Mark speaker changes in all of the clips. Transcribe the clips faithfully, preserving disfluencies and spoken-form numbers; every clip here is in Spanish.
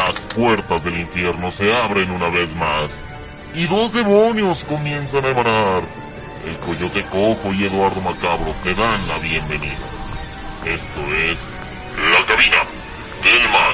Speaker 1: Las puertas del infierno se abren una vez más, y dos demonios comienzan a emanar. El Coyote Cojo y Eduardo Macabro te dan la bienvenida. Esto es La Cabina del Mal.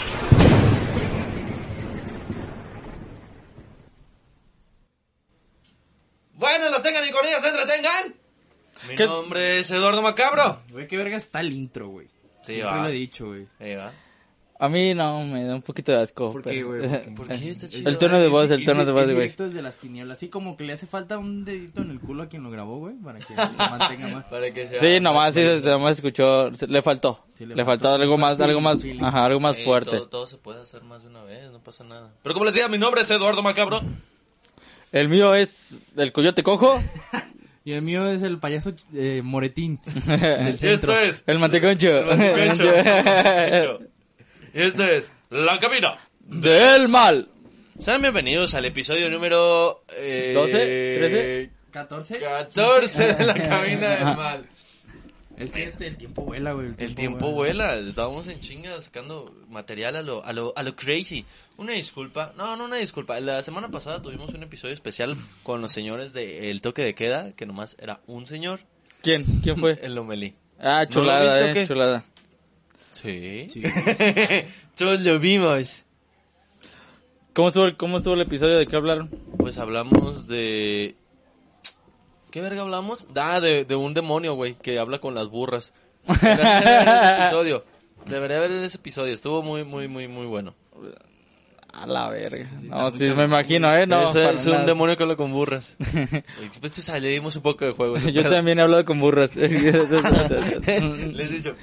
Speaker 2: Bueno, los tengan y con ellos se entretengan. Mi
Speaker 3: ¿Qué?
Speaker 2: nombre es Eduardo Macabro.
Speaker 4: Güey, qué verga está el intro, güey.
Speaker 2: Sí,
Speaker 4: Siempre
Speaker 2: va.
Speaker 4: lo he dicho, güey.
Speaker 2: Ahí va.
Speaker 3: A mí no, me da un poquito de asco.
Speaker 4: ¿Por qué,
Speaker 3: pero-
Speaker 4: güey? ¿Por qué?
Speaker 2: ¿Por qué? Está chido.
Speaker 3: El tono de voz, el
Speaker 4: Y
Speaker 3: tono
Speaker 4: sí,
Speaker 3: de voz,
Speaker 4: es
Speaker 3: güey.
Speaker 4: directo desde las tinieblas. Así como que le hace falta un dedito en el culo a quien lo grabó, güey. Para que lo mantenga más.
Speaker 2: Para que sea
Speaker 3: Sí, nomás, sí,
Speaker 2: más-
Speaker 3: nomás escuchó, se- le faltó.
Speaker 4: Sí,
Speaker 3: le,
Speaker 4: le
Speaker 3: faltó
Speaker 4: faltó.
Speaker 3: algo
Speaker 4: Le
Speaker 3: más,
Speaker 4: faltó
Speaker 3: algo más,
Speaker 4: feeling.
Speaker 3: ajá, algo más
Speaker 2: Ey,
Speaker 3: fuerte.
Speaker 2: Todo, todo se puede hacer más de una vez, no pasa nada. Pero como les decía, mi nombre es Eduardo Macabro.
Speaker 3: El mío es el Coyote Cojo,
Speaker 4: Y el mío es el payaso eh, Moretín.
Speaker 2: Y esto es...
Speaker 3: el Manteconcho.
Speaker 2: El Manteconcho. El Manteconcho. Y esto es La Cabina
Speaker 3: Del Mal.
Speaker 2: Sean bienvenidos al episodio número... Eh,
Speaker 3: ¿doce? ¿trece?
Speaker 4: ¿catorce?
Speaker 2: catorce de La Cabina del Mal.
Speaker 4: Es que este, el tiempo vuela, güey.
Speaker 2: El tiempo vuela, estábamos en chinga sacando material a lo, a lo, a lo crazy. Una disculpa, no, no una disculpa. La semana pasada tuvimos un episodio especial con los señores de El Toque de Queda, que nomás era un señor,
Speaker 3: ¿Quién? ¿Quién fue?
Speaker 2: el Lomelí.
Speaker 3: Ah,
Speaker 2: ¿No lo
Speaker 3: chulada,
Speaker 2: viste o
Speaker 3: eh,
Speaker 2: qué?
Speaker 3: chulada.
Speaker 2: Sí.
Speaker 4: Sí.
Speaker 2: Todos lo vimos.
Speaker 3: ¿Cómo estuvo, el, ¿Cómo estuvo el episodio? ¿De qué hablaron?
Speaker 2: Pues hablamos de... ¿Qué verga hablamos? Ah, de, de un demonio, güey, que habla con las burras. Debería haber ese episodio. Debería haber ese episodio. Estuvo muy, muy, muy, muy bueno.
Speaker 3: A la verga. No, sí, me imagino, eh, no.
Speaker 2: es
Speaker 3: para
Speaker 2: es un
Speaker 3: nada.
Speaker 2: demonio que habla con burras. Oye, pues tú sabes, le dimos un poco de juego. ese
Speaker 3: Yo
Speaker 2: pedo.
Speaker 3: también he hablado con burras.
Speaker 2: Les he dicho...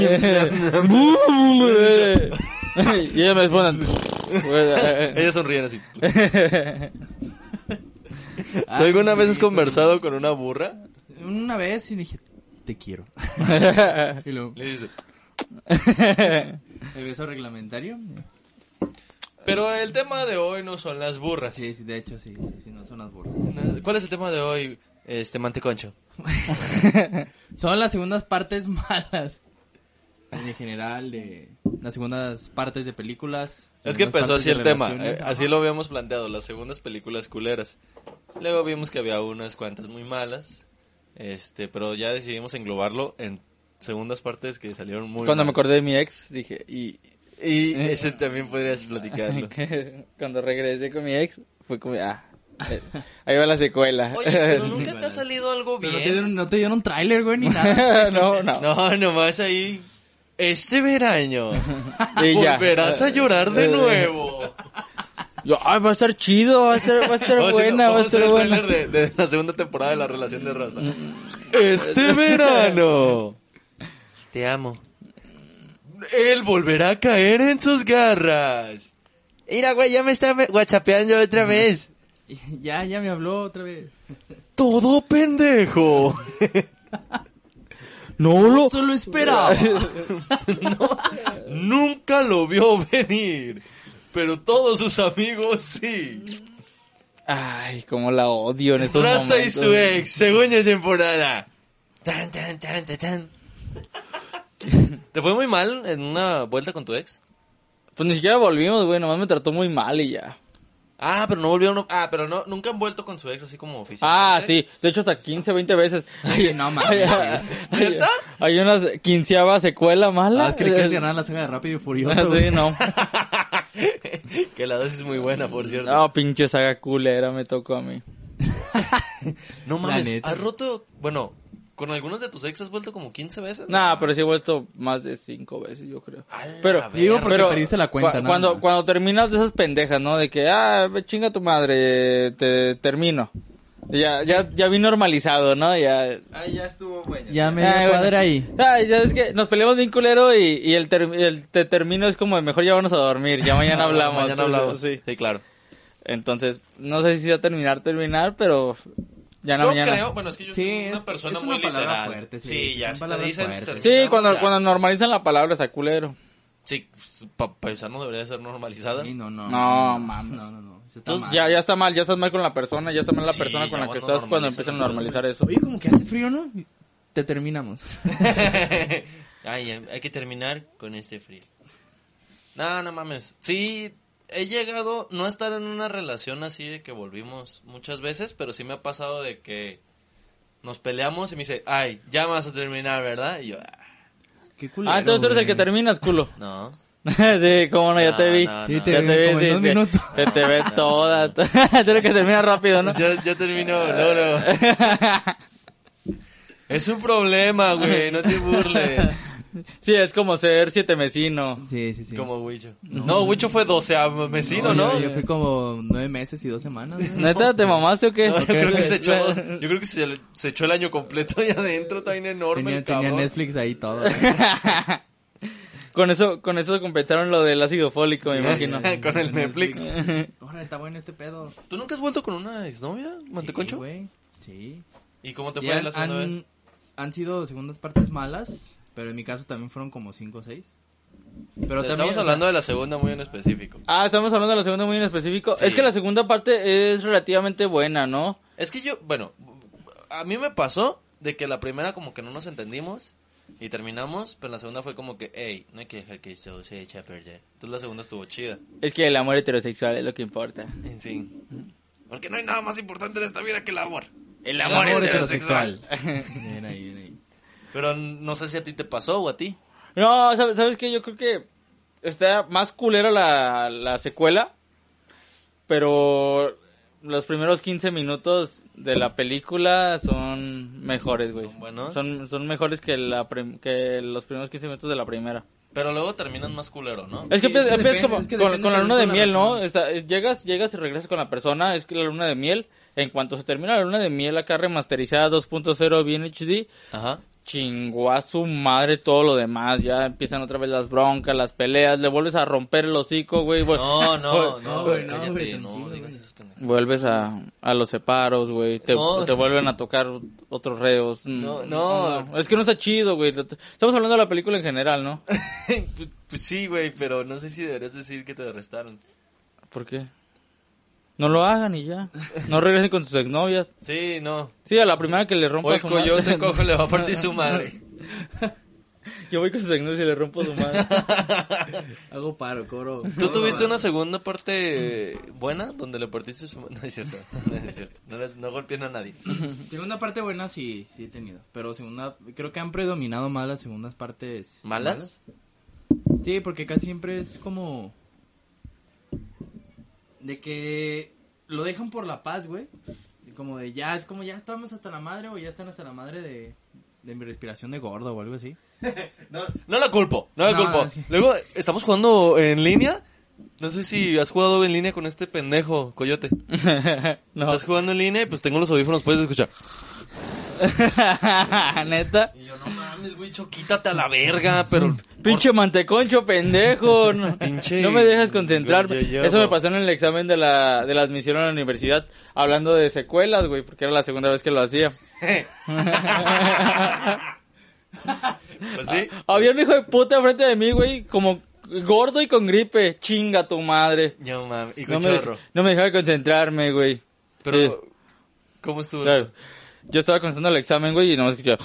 Speaker 3: Y ellos me responden.
Speaker 2: Ellas sonríen así. ¿Tú alguna vez has conversado con una burra?
Speaker 4: Una vez y dije, te quiero. Y luego,
Speaker 2: Le dices...
Speaker 4: el beso reglamentario.
Speaker 2: Pero el tema de hoy no son las burras.
Speaker 4: Sí, sí, de hecho, sí, sí, sí, no son las burras.
Speaker 2: ¿Cuál es el tema de hoy, este Manteconcho?
Speaker 4: Son las segundas partes malas. En general, de las segundas partes de películas.
Speaker 2: Es que
Speaker 4: segundas
Speaker 2: empezó
Speaker 4: partes
Speaker 2: así
Speaker 4: de
Speaker 2: el tema,
Speaker 4: relaciones.
Speaker 2: eh, así lo habíamos planteado, las segundas películas culeras. Luego vimos que había unas cuantas muy malas, este, pero ya decidimos englobarlo en segundas partes que salieron muy
Speaker 3: Cuando me
Speaker 2: mal.
Speaker 3: acordé de mi ex, dije, y...
Speaker 2: Y ese también podrías platicarlo.
Speaker 3: Cuando regresé con mi ex, fue como, ah, eh, ahí va la secuela.
Speaker 2: Oye, pero nunca te ha salido algo
Speaker 4: Pero no te
Speaker 2: bien.
Speaker 4: dieron, no te dieron tráiler, güey, ni nada.
Speaker 3: no, no.
Speaker 2: No, nomás ahí. Este verano
Speaker 3: Y ya.
Speaker 2: volverás a llorar de nuevo.
Speaker 3: Yo, ay, va a estar chido, va a estar, va a estar
Speaker 2: Vamos a hacer-
Speaker 3: buena, va a
Speaker 2: vamos a hacer
Speaker 3: estar
Speaker 2: el
Speaker 3: buena.
Speaker 2: tráiler de, de la segunda temporada de la relación de Rasta. Este verano te amo. Él volverá a caer en sus garras. Mira, güey, ya me está me- whatsappeando otra vez.
Speaker 4: Ya, ya me habló otra vez.
Speaker 2: Todo pendejo.
Speaker 3: No lo...
Speaker 4: Eso lo esperaba.
Speaker 2: Nunca lo vio venir. Pero todos sus amigos sí.
Speaker 3: Ay, cómo la odio en estos
Speaker 2: Rasta y
Speaker 3: momentos.
Speaker 2: su ex, segunda temporada. Tan, tan, tan, tan, tan. ¿Te fue muy mal en una vuelta con tu ex?
Speaker 3: Pues ni siquiera volvimos, güey, nomás me trató muy mal y ya.
Speaker 2: Ah, pero no volvieron. Ah, pero no, nunca han vuelto con su ex así como oficialmente.
Speaker 3: Ah, sí, de hecho hasta quince, veinte veces.
Speaker 4: Ay, no mames.
Speaker 3: Hay, hay,
Speaker 2: ¿Neta?
Speaker 3: hay una quinceava secuela mala.
Speaker 4: Ah, es que le quieres ganar la saga de Rápido y Furioso.
Speaker 3: Sí,
Speaker 4: güey.
Speaker 3: no.
Speaker 2: Que la dosis es muy buena, por cierto.
Speaker 3: No, pinche saga culera me tocó a mí.
Speaker 2: No mames,
Speaker 4: La neta.
Speaker 2: has roto. Bueno, con algunos de tus ex has vuelto como quince veces.
Speaker 3: Nah, pero sí he vuelto más de cinco veces, yo creo.
Speaker 2: A la
Speaker 3: Pero,
Speaker 2: verga.
Speaker 4: Digo porque perdiste la cuenta,
Speaker 3: cu-
Speaker 4: nada
Speaker 3: cuando,
Speaker 4: más.
Speaker 3: cuando terminas de esas pendejas, ¿no? De que, ah, ve, chinga tu madre, te termino. Ya, ya, ya vi normalizado, ¿no? Ya.
Speaker 2: Ay, ya estuvo bueno.
Speaker 4: Ya me
Speaker 3: Ay,
Speaker 4: dio
Speaker 3: bueno.
Speaker 4: cuadra ahí.
Speaker 3: Ay, ya es que nos peleamos bien culero y, y el, ter- el te termino es como, mejor ya vamos a dormir, ya mañana hablamos.
Speaker 2: Mañana hablamos.
Speaker 3: Sí.
Speaker 2: Sí, claro.
Speaker 3: Entonces, no sé si va a terminar, terminar, pero ya no
Speaker 2: Yo
Speaker 3: mañana.
Speaker 2: creo, bueno, es que yo
Speaker 4: Sí,
Speaker 2: soy una
Speaker 4: es-
Speaker 2: persona
Speaker 4: es
Speaker 2: muy
Speaker 4: una palabra
Speaker 2: literal.
Speaker 4: fuerte, sí,
Speaker 2: sí, ya
Speaker 4: son
Speaker 2: si te
Speaker 4: palabras
Speaker 2: dicen
Speaker 4: fuertes.
Speaker 3: Sí,
Speaker 2: terminamos,
Speaker 3: cuando,
Speaker 2: ya.
Speaker 3: cuando normalizan la palabra está culero.
Speaker 2: Sí, pa paisano debería ser normalizada.
Speaker 4: Sí, no, no.
Speaker 3: No, mames.
Speaker 4: No, no, no. Eso está
Speaker 3: Entonces,
Speaker 4: mal.
Speaker 3: ya, ya está mal, ya estás mal con la persona, ya está mal la
Speaker 2: Sí,
Speaker 3: persona con
Speaker 2: ya
Speaker 3: la que
Speaker 2: cuando
Speaker 3: estás cuando
Speaker 2: normalizas
Speaker 3: empiezan a
Speaker 2: las
Speaker 3: normalizar eso.
Speaker 4: Oye, como que hace frío, ¿no? Te terminamos.
Speaker 2: Ay, hay que terminar con este frío. No, no mames. Sí, he llegado, no a estar en una relación así de que volvimos muchas veces, pero sí me ha pasado de que nos peleamos y me dice, ay, ya me vas a terminar, ¿verdad? Y yo, ah.
Speaker 4: Qué culero,
Speaker 3: Ah, entonces tú eres el
Speaker 4: güey.
Speaker 3: que terminas, culo.
Speaker 2: No.
Speaker 3: sí, cómo no, ya
Speaker 2: No,
Speaker 3: te vi.
Speaker 2: no,
Speaker 4: Sí,
Speaker 2: no.
Speaker 4: te
Speaker 3: Ya
Speaker 4: vi
Speaker 3: te vi,
Speaker 4: como en
Speaker 3: sí,
Speaker 4: dos
Speaker 3: sí.
Speaker 4: minutos.
Speaker 3: Se te ve toda. Tú eres que termina rápido, ¿no?
Speaker 2: Ya, ya terminó, no, no. Es un problema, güey, no te burles.
Speaker 3: Sí, es como ser siete mesino.
Speaker 4: Sí, sí, sí.
Speaker 2: Como Huicho. No, Huicho fue doceavo mesino, ¿no?
Speaker 4: Yo, yo fui como nueve meses y dos semanas. güey.
Speaker 3: ¿Neta te mamaste o qué?
Speaker 2: No, yo creo que se echó dos. Yo creo que se, se echó el año completo ahí adentro, está bien enorme
Speaker 4: Tenía,
Speaker 2: el
Speaker 4: tenía
Speaker 2: cabrón.
Speaker 4: Netflix ahí todo. güey.
Speaker 3: Con eso, con eso compensaron lo del ácido fólico, me imagino.
Speaker 2: Con el Netflix.
Speaker 4: Ahora está bueno este pedo.
Speaker 2: ¿Tú nunca has vuelto con una exnovia, Manteconcho?
Speaker 4: Sí, güey. Sí.
Speaker 2: ¿Y cómo te
Speaker 4: Y
Speaker 2: fue
Speaker 4: han,
Speaker 2: la segunda
Speaker 4: han-
Speaker 2: vez?
Speaker 4: han sido segundas partes malas, pero en mi caso también fueron como cinco o seis. Pero también,
Speaker 2: Estamos
Speaker 4: o sea,
Speaker 2: hablando de la segunda muy en específico.
Speaker 3: Ah, estamos hablando de la segunda muy en específico.
Speaker 2: Sí.
Speaker 3: Es que la segunda parte es relativamente buena, ¿no?
Speaker 2: Es que yo, bueno, a mí me pasó de que la primera como que no nos entendimos y terminamos, pero la segunda fue como que, hey, no hay que dejar que esto se eche a perder. Entonces la segunda estuvo chida.
Speaker 3: Es que el amor heterosexual es lo que importa.
Speaker 2: Sí. Porque no hay nada más importante en esta vida que el amor.
Speaker 3: El
Speaker 4: amor
Speaker 3: amor
Speaker 4: heterosexual.
Speaker 3: heterosexual.
Speaker 4: Bien ahí, bien ahí.
Speaker 2: Pero no sé si a ti te pasó o a ti.
Speaker 3: No, ¿sabes, ¿sabes qué? Yo creo que está más culera la, la secuela, pero los primeros quince minutos de la película son mejores, güey.
Speaker 2: ¿Son buenos?
Speaker 3: Son, son mejores que, la prim- que los primeros quince minutos de la primera.
Speaker 2: Pero luego terminan más culero, ¿no?
Speaker 3: Es que
Speaker 4: Sí,
Speaker 3: empiezas
Speaker 4: es que
Speaker 3: empiezas
Speaker 4: depende,
Speaker 3: como-
Speaker 4: es que
Speaker 3: con,
Speaker 4: depende
Speaker 3: con la
Speaker 4: también
Speaker 3: luna de
Speaker 4: con la
Speaker 3: miel, ¿no?
Speaker 4: razón.
Speaker 3: Está- llegas, llegas y regresas con la persona, es que la luna de miel, en cuanto se termina la luna de miel acá remasterizada dos punto cero bien H D,
Speaker 2: Ajá.
Speaker 3: chingó a su madre todo lo demás, ya empiezan otra vez las broncas, las peleas, le vuelves a romper el hocico, güey, vu-
Speaker 2: No, no,
Speaker 3: vu-
Speaker 2: no,
Speaker 4: güey, no,
Speaker 2: cállate,
Speaker 4: güey,
Speaker 2: no,
Speaker 4: tranquilo,
Speaker 2: digas
Speaker 4: güey.
Speaker 2: eso, pendejo.
Speaker 3: vuelves a, a los separos, güey, te,
Speaker 2: No.
Speaker 3: te vuelven a tocar otros reos.
Speaker 2: No, no.
Speaker 3: Es que no está chido, güey, estamos hablando de la película en general, ¿no?
Speaker 2: Pues, pues sí, güey, pero no sé si deberías decir que te arrestaron.
Speaker 3: ¿Por qué? No lo hagan y ya, no regresen con sus exnovias.
Speaker 2: Sí, no.
Speaker 3: Sí, a la primera que le rompa
Speaker 2: O el
Speaker 3: su madre.
Speaker 2: coyote cojo le va a partir su madre.
Speaker 3: Yo voy con sus exnovias y le rompo su madre.
Speaker 4: Hago paro, cobro.
Speaker 2: ¿Tú
Speaker 4: cobro
Speaker 2: tuviste
Speaker 4: varo.
Speaker 2: una segunda parte buena donde le partiste su madre? No es cierto, no es cierto. No, les- no golpean a nadie.
Speaker 4: Segunda parte buena sí, sí he tenido. Pero segunda, creo que han predominado más las segundas partes.
Speaker 2: ¿Malas?
Speaker 4: Sí, porque casi siempre es como... De que lo dejan por la paz, güey. Y como de ya, es como ya estamos hasta la madre o ya están hasta la madre de, de mi respiración de gordo o algo así.
Speaker 2: No, no la culpo, no la
Speaker 4: No,
Speaker 2: culpo.
Speaker 4: no, sí.
Speaker 2: Luego, estamos jugando en línea. No sé si has jugado en línea con este pendejo, coyote.
Speaker 3: No.
Speaker 2: Estás jugando en línea y pues tengo los audífonos, puedes escuchar.
Speaker 3: Neta.
Speaker 2: Y yo, no mames, güey, cho, quítate a la verga, pero...
Speaker 3: Pinche manteconcho, pendejo. No,
Speaker 2: Pinche-
Speaker 3: no me dejas concentrarme.
Speaker 2: Ya, ya,
Speaker 3: Eso me
Speaker 2: ya.
Speaker 3: pasó en el examen de la, de la admisión a la universidad. Hablando de secuelas, güey, porque era la segunda vez que lo hacía.
Speaker 2: Pues sí.
Speaker 3: Había un hijo de puta enfrente de mí, güey, como gordo y con gripe. Chinga tu madre.
Speaker 2: Yo, mames, y
Speaker 3: No
Speaker 2: con
Speaker 3: me,
Speaker 2: chorro.
Speaker 3: no me dejaba concentrarme, güey.
Speaker 2: Pero,
Speaker 3: Sí.
Speaker 2: ¿cómo estuvo?
Speaker 3: O sea, yo estaba contestando el examen, güey, y no me escuchaba.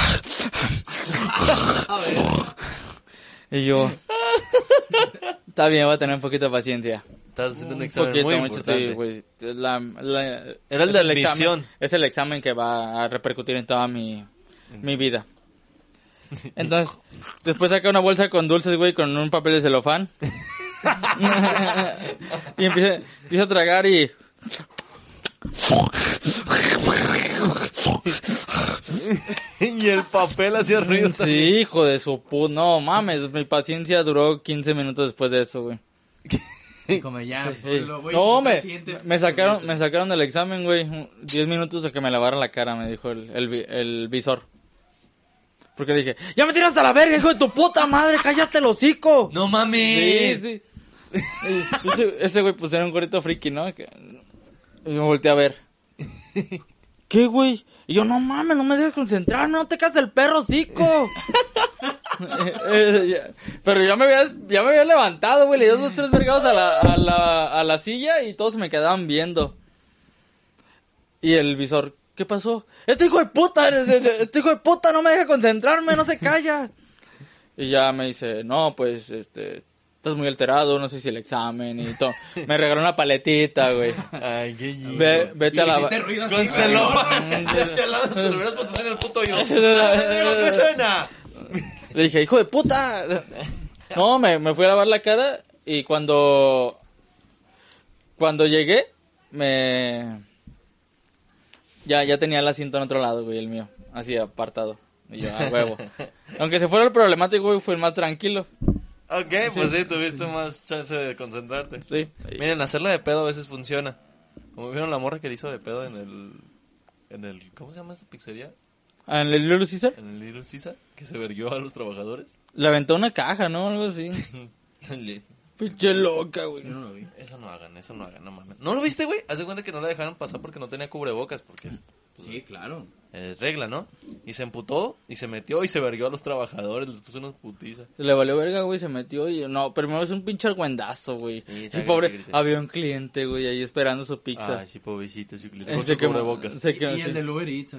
Speaker 4: A ver.
Speaker 3: Y yo... Está bien, voy a tener un poquito de paciencia.
Speaker 2: Estás haciendo un
Speaker 3: Un
Speaker 2: examen
Speaker 3: poquito,
Speaker 2: muy
Speaker 3: mucho,
Speaker 2: importante.
Speaker 3: sí, güey. La- la-
Speaker 2: Era el
Speaker 3: es
Speaker 2: de
Speaker 3: examen-
Speaker 2: admisión.
Speaker 3: Es el examen que va a repercutir en toda mi, mi vida. Entonces, después saca una bolsa con dulces, güey, con un papel de celofán. Y empieza, empieza a tragar y...
Speaker 2: Y el papel hacía ruido
Speaker 3: Sí,
Speaker 2: también.
Speaker 3: hijo de su puta... No, mames, mi paciencia duró quince minutos después de eso, güey.
Speaker 4: Como ya,
Speaker 3: Sí.
Speaker 4: lo voy a
Speaker 3: No,
Speaker 4: intentar
Speaker 3: me,
Speaker 4: siguiente-
Speaker 3: me sacaron me sacaron del examen, güey. Diez minutos a que me lavara la cara, me dijo el, el, vi- el visor. Porque dije, ya me tiraste a la verga, hijo de tu puta madre, cállate el hocico.
Speaker 2: No
Speaker 3: Sí,
Speaker 2: mames.
Speaker 3: sí. Y ese, ese güey pues era un gorrito friki, ¿no? Que- y me volteé a ver. ¿Qué, güey? Y yo, no mames, no me dejes concentrar, no te cases el perro, hocico. Eh, eh, ya- Pero ya me había, ya me había levantado, güey, le di dos tres vergados a la, a la, a la silla y todos se me quedaban viendo. Y el visor, ¿qué pasó? Este hijo de puta, este, este hijo de puta no me deja concentrarme, no se calla. Y ya me dice, no, pues, este, estás muy alterado, no sé si el examen y todo. Me regaló una paletita, güey.
Speaker 2: Ay, qué lindo.
Speaker 3: Ve, vete
Speaker 4: Y
Speaker 3: a la...
Speaker 4: hiciste ruido así,
Speaker 2: Con
Speaker 4: güey.
Speaker 2: celofa. Y hacia al lado se lo hubieras puesto así en el puto oído. ¿Qué suena?
Speaker 3: Le dije, hijo de puta. No, me, me fui a lavar la cara y cuando... Cuando llegué, me... Ya, ya tenía el asiento en otro lado, güey, el mío. Así, apartado. Y yo, a huevo. Aunque se fuera el problemático, güey, fui el más tranquilo.
Speaker 2: Ok, pues sí, tuviste más chance de concentrarte.
Speaker 3: Sí.
Speaker 2: Miren, hacerla de pedo a veces funciona. Como vieron la morra que le hizo de pedo en el... En el... ¿Cómo se llama esta pizzería?
Speaker 3: ¿En el Little Caesar?
Speaker 2: En el Little Caesar. Que se verguió a los trabajadores.
Speaker 3: Le aventó una caja, ¿no? Algo así. Pinche loca, güey.
Speaker 4: Yo no lo vi.
Speaker 2: Eso no hagan, eso no hagan, no mames. ¿No lo viste, güey? Haz de cuenta que no la dejaron pasar porque no tenía cubrebocas, porque es pues,
Speaker 4: Sí, claro.
Speaker 2: eh, regla, ¿no? Y se emputó, y se metió, y se verguió a los trabajadores, les puso unos putizas.
Speaker 3: Le valió verga, güey, se metió y... No, primero es un pinche argüendazo, güey.
Speaker 2: Sí,
Speaker 3: Sí,
Speaker 2: está
Speaker 3: pobre,
Speaker 2: grite, grite.
Speaker 3: había un cliente, güey, ahí esperando su pizza.
Speaker 2: Ay, sí, pobrecito, sí, que les
Speaker 3: Eh,
Speaker 2: puso
Speaker 3: se quemó-
Speaker 2: cubrebocas.
Speaker 3: se
Speaker 4: Y,
Speaker 3: quemó,
Speaker 4: y
Speaker 3: sí.
Speaker 4: el del Uber Eats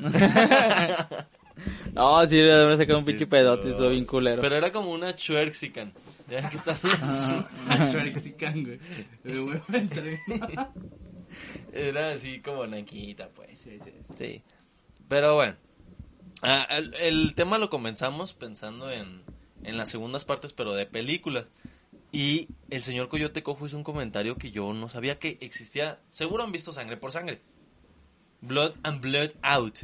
Speaker 4: acá.
Speaker 3: No, sí, le habrá sacado un
Speaker 2: Sí,
Speaker 3: pinche pedote,
Speaker 2: estuvo-
Speaker 3: estuvo bien culero.
Speaker 2: Pero era como una chuerxican. Ya que estaban así.
Speaker 4: Schwarzenegger, güey. El güey me entré.
Speaker 2: Era así como naquita, pues.
Speaker 4: Sí, sí, sí.
Speaker 2: Sí. Pero bueno. Ah, el, el tema lo comenzamos pensando en, en las segundas partes, pero de películas. Y el señor Coyote Cojo hizo un comentario que yo no sabía que existía. Seguro han visto Sangre por Sangre. Blood and Blood Out.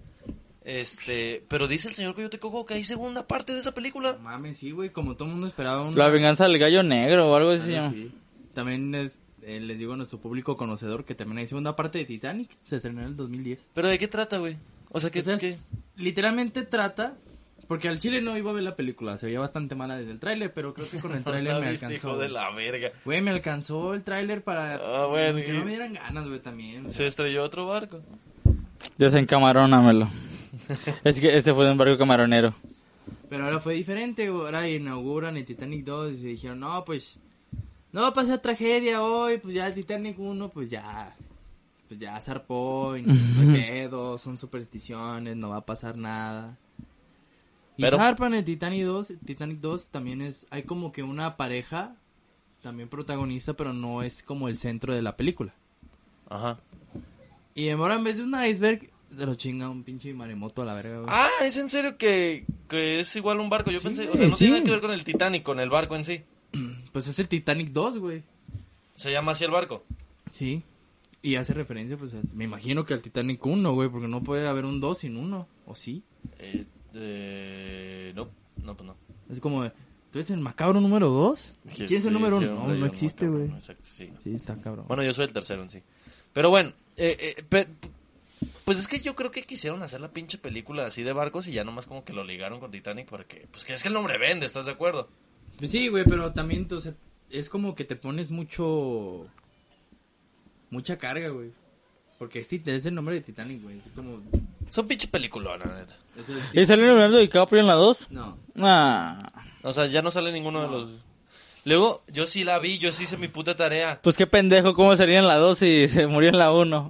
Speaker 2: Este, pero dice el señor Coyote Cojo que hay segunda parte de esa película.
Speaker 4: No mames, sí, güey. Como todo el mundo esperaba una...
Speaker 3: La venganza del gallo negro o algo así.
Speaker 4: Algo
Speaker 3: ¿no?
Speaker 4: así. También es, eh, les digo a nuestro público conocedor que también hay segunda parte de Titanic. Se estrenó en el dos mil diez.
Speaker 2: ¿Pero de qué trata, güey? O sea, ¿qué,
Speaker 4: O sea,
Speaker 2: qué?
Speaker 4: es- literalmente trata... Porque al chile no iba a ver la película. Se veía bastante mala desde el tráiler, pero creo que con el
Speaker 2: No
Speaker 4: tráiler
Speaker 2: la
Speaker 4: me
Speaker 2: viste,
Speaker 4: alcanzó.
Speaker 2: hijo de la verga.
Speaker 4: Güey, me alcanzó el tráiler para...
Speaker 2: Ah, bueno,
Speaker 4: que
Speaker 2: y-
Speaker 4: no me dieran ganas, güey, también.
Speaker 2: Se estrelló otro barco.
Speaker 3: Desencamarónamelo. Es que este fue de un barco camaronero.
Speaker 4: Pero ahora fue diferente, güey. Ahora inauguran el Titanic dos y se dijeron, no, pues... No va a pasar tragedia hoy, pues ya el Titanic uno, pues ya... Pues ya zarpó y no hay pedo, son supersticiones, no va a pasar nada. Y
Speaker 2: Pero-
Speaker 4: zarpan el Titanic dos, Titanic dos también es... Hay como que una pareja, también protagonista, pero no es como el centro de la película.
Speaker 2: Ajá.
Speaker 4: Y ahora en vez de un iceberg, se lo chinga un pinche maremoto a la verga, güey.
Speaker 2: Ah, ¿es en serio que, que es igual un barco? Yo
Speaker 4: Sí,
Speaker 2: pensé, o
Speaker 4: güey,
Speaker 2: sea, no
Speaker 4: sí.
Speaker 2: tiene nada que ver con el Titanic, con el barco en sí.
Speaker 4: Pues es el Titanic dos, güey.
Speaker 2: Se llama así el barco.
Speaker 4: Sí. Y hace referencia, pues, a- me imagino que al Titanic uno, güey, porque no puede haber un dos sin uno, ¿o sí?
Speaker 2: Eh, eh, no, no, pues no.
Speaker 4: Es como, de, ¿tú eres el macabro número dos? ¿Quién es el
Speaker 2: Sí,
Speaker 4: número
Speaker 2: sí,
Speaker 4: uno?
Speaker 2: hombre,
Speaker 4: No, no
Speaker 2: yo
Speaker 4: existe,
Speaker 2: macabro,
Speaker 4: güey.
Speaker 2: no, Exacto, sí. no.
Speaker 4: Sí, está cabrón.
Speaker 2: Bueno, yo soy el tercero en sí. Pero bueno, eh, eh, pe- pues es que yo creo que quisieron hacer la pinche película así de barcos y ya nomás como que lo ligaron con Titanic porque, pues que es que el nombre vende, ¿estás de acuerdo?
Speaker 4: Pues sí, güey, pero también, o sea, es como que te pones mucho... Mucha carga, güey. Porque es, tit- es el nombre de Titanic, güey. Es como...
Speaker 2: Son pinche película, la neta.
Speaker 4: es el
Speaker 3: ¿Y salió Leonardo DiCaprio en la dos?
Speaker 4: No.
Speaker 3: Ah,
Speaker 2: O sea, ya no sale ninguno de
Speaker 4: No.
Speaker 2: los... Luego, yo sí la vi, yo sí hice mi puta tarea.
Speaker 3: pues qué pendejo, ¿cómo sería en la dos si se murió en la uno?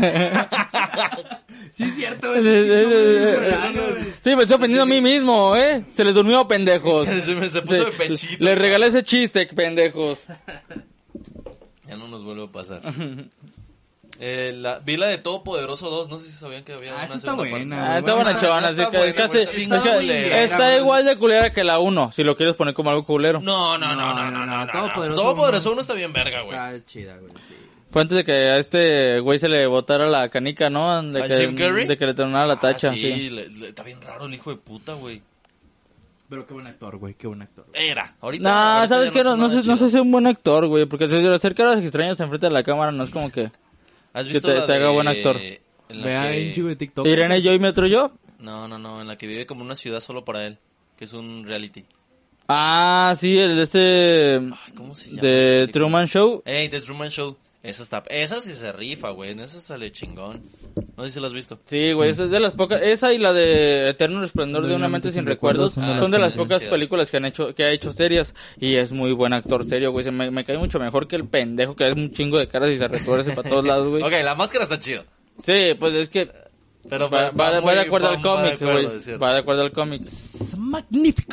Speaker 4: Sí, es cierto, güey.
Speaker 3: Sí, sí, sí, sí.
Speaker 4: Llorando, güey.
Speaker 3: Sí, me estoy ofendiendo a mí mismo, ¿eh? Se les durmió, pendejos.
Speaker 2: Se, se me se puso de pechito.
Speaker 3: Le regalé ese chiste, pendejos.
Speaker 2: Ya no nos vuelve a pasar. eh, la, vi la de Todopoderoso dos, no sé si sabían que había
Speaker 4: Ah,
Speaker 2: una
Speaker 4: esa está
Speaker 2: segunda
Speaker 4: buena,
Speaker 2: parte.
Speaker 3: Ah, está buena chavana,
Speaker 2: está
Speaker 3: así que
Speaker 2: buena,
Speaker 3: es casi,
Speaker 2: güey, está bien
Speaker 3: es que
Speaker 2: culera,
Speaker 3: está
Speaker 4: güey.
Speaker 3: igual de culera que la uno, si lo quieres poner como algo culero.
Speaker 2: No, no, no, no, no, no, no, no.
Speaker 4: Todopoderoso
Speaker 2: Todopoderoso
Speaker 4: uno.
Speaker 2: uno está bien verga, güey.
Speaker 4: Está chida, güey, sí.
Speaker 3: Fue antes de que a este güey se le botara la canica, ¿no? De
Speaker 2: ¿A
Speaker 3: que,
Speaker 2: Jim Carrey?
Speaker 3: de que le tronara la tacha,
Speaker 2: Ah, sí,
Speaker 3: sí.
Speaker 2: le- le- está bien raro el hijo de puta, güey.
Speaker 4: Pero qué buen actor, güey, qué buen actor.
Speaker 2: Era, ahorita.
Speaker 3: No,
Speaker 2: ahorita
Speaker 3: ¿sabes
Speaker 2: ya
Speaker 3: qué? No,
Speaker 2: hace
Speaker 3: no,
Speaker 2: nada
Speaker 3: sé, no sé
Speaker 2: chido.
Speaker 3: si es un buen actor, güey, porque se le acerca a los extraños enfrente de la cámara, no es como que...
Speaker 2: ¿Has
Speaker 3: que
Speaker 2: visto
Speaker 3: te-
Speaker 2: la
Speaker 3: te haga
Speaker 2: de-
Speaker 3: buen actor.
Speaker 2: en la
Speaker 4: Vea
Speaker 2: que-
Speaker 4: un chico de TikTok.
Speaker 3: Irene, yo y mi otro yo.
Speaker 2: No, no, no, en la que vive como una ciudad solo para él, que es un reality.
Speaker 3: Ah, sí, el de este...
Speaker 2: Ay, ¿cómo se llama? esa
Speaker 3: de
Speaker 2: película?
Speaker 3: Truman Show.
Speaker 2: Ey, The Truman Show. Esa está, esa sí se rifa, güey, en esa sale chingón. No sé si la has visto.
Speaker 3: Sí, güey, esa es de las pocas... Esa y la de Eterno Resplandor de una mente sin recuerdos son
Speaker 2: Ah,
Speaker 3: de las
Speaker 2: son
Speaker 3: pocas
Speaker 2: chidas.
Speaker 3: películas que han hecho que ha hecho serias. Y es muy buen actor serio, güey. Se me, me cae mucho mejor que el pendejo que es un chingo de caras y se retuerce para todos lados, güey.
Speaker 2: Ok, la máscara está chido.
Speaker 3: Sí, pues es que...
Speaker 2: Pero
Speaker 3: Va, va, va
Speaker 2: muy-
Speaker 3: de acuerdo
Speaker 2: va-
Speaker 3: al
Speaker 2: va de
Speaker 3: cómic,
Speaker 2: acuerdo,
Speaker 3: güey.
Speaker 2: es cierto.
Speaker 3: Va de acuerdo al cómic.
Speaker 4: Es magnífica.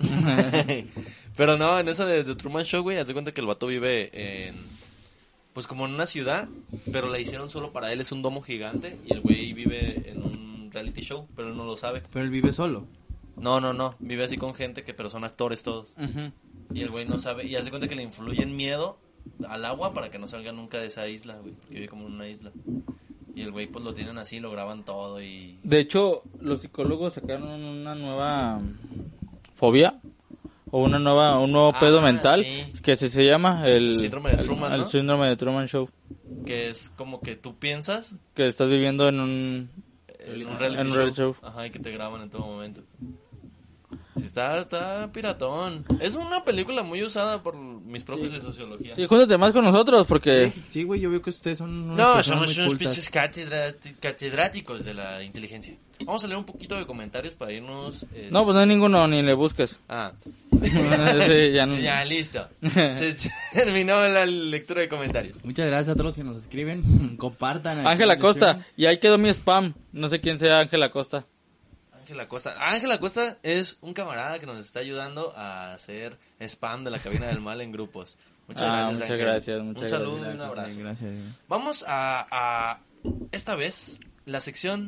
Speaker 2: Pero no, en esa de The Truman Show, güey, haz de cuenta que el vato vive en... Pues como en una ciudad, pero la hicieron solo para él, es un domo gigante. Y el güey vive en un reality show, pero él no lo sabe.
Speaker 4: Pero él vive solo.
Speaker 2: No, no, no, vive así con gente que, pero son actores todos.
Speaker 3: Ujú.
Speaker 2: Y el güey no sabe, y haz de cuenta que le influyen miedo al agua para que no salga nunca de esa isla, güey, porque vive como en una isla. Y el güey pues lo tienen así, lo graban todo y...
Speaker 3: De hecho, los psicólogos sacaron una nueva fobia o una nueva un nuevo
Speaker 2: Ah,
Speaker 3: pedo mental
Speaker 2: sí.
Speaker 3: que se, se llama el
Speaker 2: Síndrome de Truman,
Speaker 3: el,
Speaker 2: ¿no?
Speaker 3: el síndrome de Truman Show,
Speaker 2: Que es como que tú piensas
Speaker 3: que estás viviendo en un
Speaker 2: en un reality,
Speaker 3: En un
Speaker 2: show.
Speaker 3: reality show.
Speaker 2: Ajá, y que te graban en todo momento. Sí, está, está piratón. Es una película muy usada por mis profes de sociología.
Speaker 3: Sí, júntate más con nosotros porque
Speaker 4: Sí, güey, yo veo que ustedes son unas
Speaker 2: No,
Speaker 4: personas
Speaker 2: somos
Speaker 4: muy
Speaker 2: unos
Speaker 4: cultas.
Speaker 2: pinches catedra- catedráticos de la inteligencia. Vamos a leer un poquito de comentarios para irnos... eh,
Speaker 3: no, pues no hay ninguno, ni le busques.
Speaker 2: Ah,
Speaker 3: Sí, ya no.
Speaker 2: ya, listo. Se terminó la lectura de comentarios.
Speaker 4: Muchas gracias a todos los que nos escriben. Compartan. aquí
Speaker 3: Ángela
Speaker 4: en el
Speaker 3: Costa,
Speaker 4: stream.
Speaker 3: y ahí quedó mi spam. No sé quién sea Ángela Costa.
Speaker 2: Ángela Costa. Ángela Costa es un camarada que nos está ayudando a hacer spam de la cabina del mal en grupos. Muchas
Speaker 3: Ah,
Speaker 2: gracias,
Speaker 3: muchas
Speaker 2: Ángel.
Speaker 3: gracias, muchas
Speaker 2: Un saludo
Speaker 3: gracias.
Speaker 2: y un abrazo.
Speaker 4: Gracias.
Speaker 2: Vamos a, a esta vez la sección.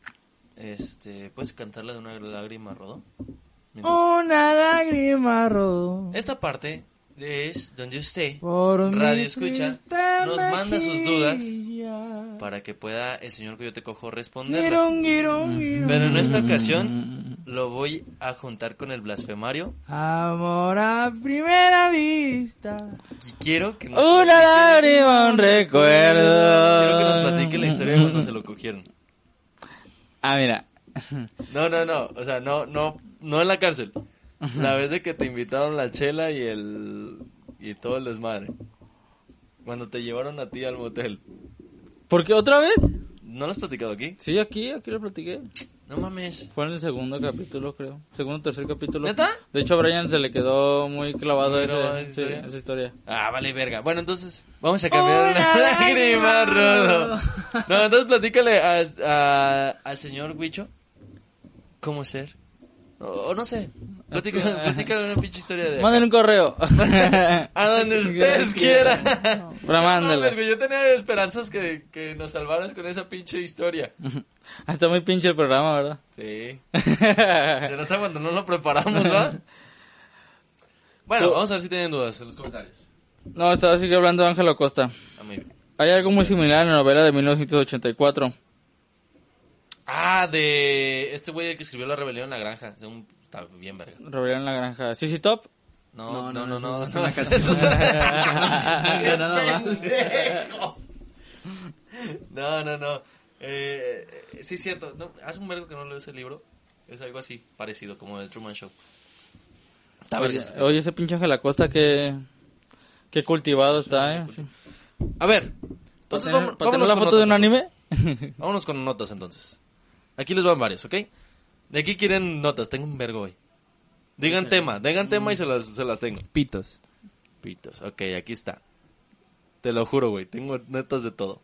Speaker 2: Este, ¿puedes cantarla de una lágrima rodó? Mientras-
Speaker 4: Una lágrima rodó.
Speaker 2: Esta parte es donde usted,
Speaker 4: Por
Speaker 2: Radio
Speaker 4: mi
Speaker 2: Escucha,
Speaker 4: triste
Speaker 2: nos manda sus dudas
Speaker 4: mejilla.
Speaker 2: para que pueda el señor Coyote Cojo responderlas.
Speaker 4: Girón, girón, girón.
Speaker 2: Pero en esta ocasión lo voy a juntar con el blasfemario
Speaker 4: Amor a primera vista.
Speaker 2: y quiero que nos
Speaker 3: Una
Speaker 2: platique-
Speaker 3: lágrima, un recuerdo.
Speaker 2: Quiero que nos platique la historia de cuando se lo cogieron.
Speaker 3: Ah, mira.
Speaker 2: No, no, no, o sea, no, no, no en la cárcel. La vez de que te invitaron la chela y el y todo el desmadre. Cuando te llevaron a ti al motel.
Speaker 3: ¿Por qué otra vez?
Speaker 2: ¿No lo has platicado aquí?
Speaker 3: Sí, aquí, aquí lo platiqué.
Speaker 2: No mames.
Speaker 3: Fue en el segundo capítulo, creo. Segundo o tercer capítulo.
Speaker 2: ¿Neta?
Speaker 3: De hecho, a Brian se le quedó muy clavado
Speaker 2: Muy
Speaker 3: ese-
Speaker 2: clavada esa
Speaker 3: sí,
Speaker 2: historia.
Speaker 3: esa historia.
Speaker 2: Ah, vale, verga. Bueno, entonces, vamos a cambiar la lágrima, Rodo. No, entonces platícale a, a- al señor Huicho cómo ser. O, o no sé. Platícale, platícale una pinche historia de.
Speaker 3: Manden un correo.
Speaker 2: A donde ustedes quieran.
Speaker 3: Pero
Speaker 2: No
Speaker 3: mándalo.
Speaker 2: mames, güey, yo tenía esperanzas que, que nos salvaras con esa pinche historia.
Speaker 3: Está muy pinche el programa, ¿verdad?
Speaker 2: Sí. Se nota cuando no lo preparamos, ¿va? Bueno, vamos a ver si tienen dudas en los comentarios.
Speaker 3: No, estaba sigue hablando de Ángela Costa.
Speaker 2: A mí.
Speaker 3: Hay algo muy similar en la novela de mil novecientos ochenta y cuatro.
Speaker 2: Ah, de este güey que escribió La Rebelión en la Granja. Es un- Está bien, verga.
Speaker 3: Rebelión en la granja. ¿C C Top?
Speaker 2: No, no,
Speaker 4: No,
Speaker 2: no,
Speaker 4: no,
Speaker 2: no.
Speaker 4: eso
Speaker 2: no,
Speaker 4: es una
Speaker 2: eso es una-
Speaker 4: No, nada más.
Speaker 2: ¡Pendejo! No, no, no. Eh, eh, sí, es cierto. No, hace un vergo que no leo ese libro. Es algo así, parecido, como el Truman Show. Está
Speaker 3: Oye,
Speaker 2: vergas.
Speaker 3: oye, ese pinche Ángela Costa que... Qué cultivado está, ¿eh? Sí.
Speaker 2: A ver.
Speaker 3: ¿Para
Speaker 2: Entonces,
Speaker 3: tener,
Speaker 2: vamos,
Speaker 3: para tener
Speaker 2: vámonos
Speaker 3: la
Speaker 2: con
Speaker 3: foto de un
Speaker 2: notas,
Speaker 3: anime?
Speaker 2: entonces. Vámonos con notas, entonces. Aquí les van varios, ¿ok? De aquí quieren notas. Tengo un vergo hoy. Digan tema. Digan tema y se las, se las tengo.
Speaker 4: Pitos.
Speaker 2: Pitos. Ok, aquí está. Te lo juro, güey. Tengo notas de todo.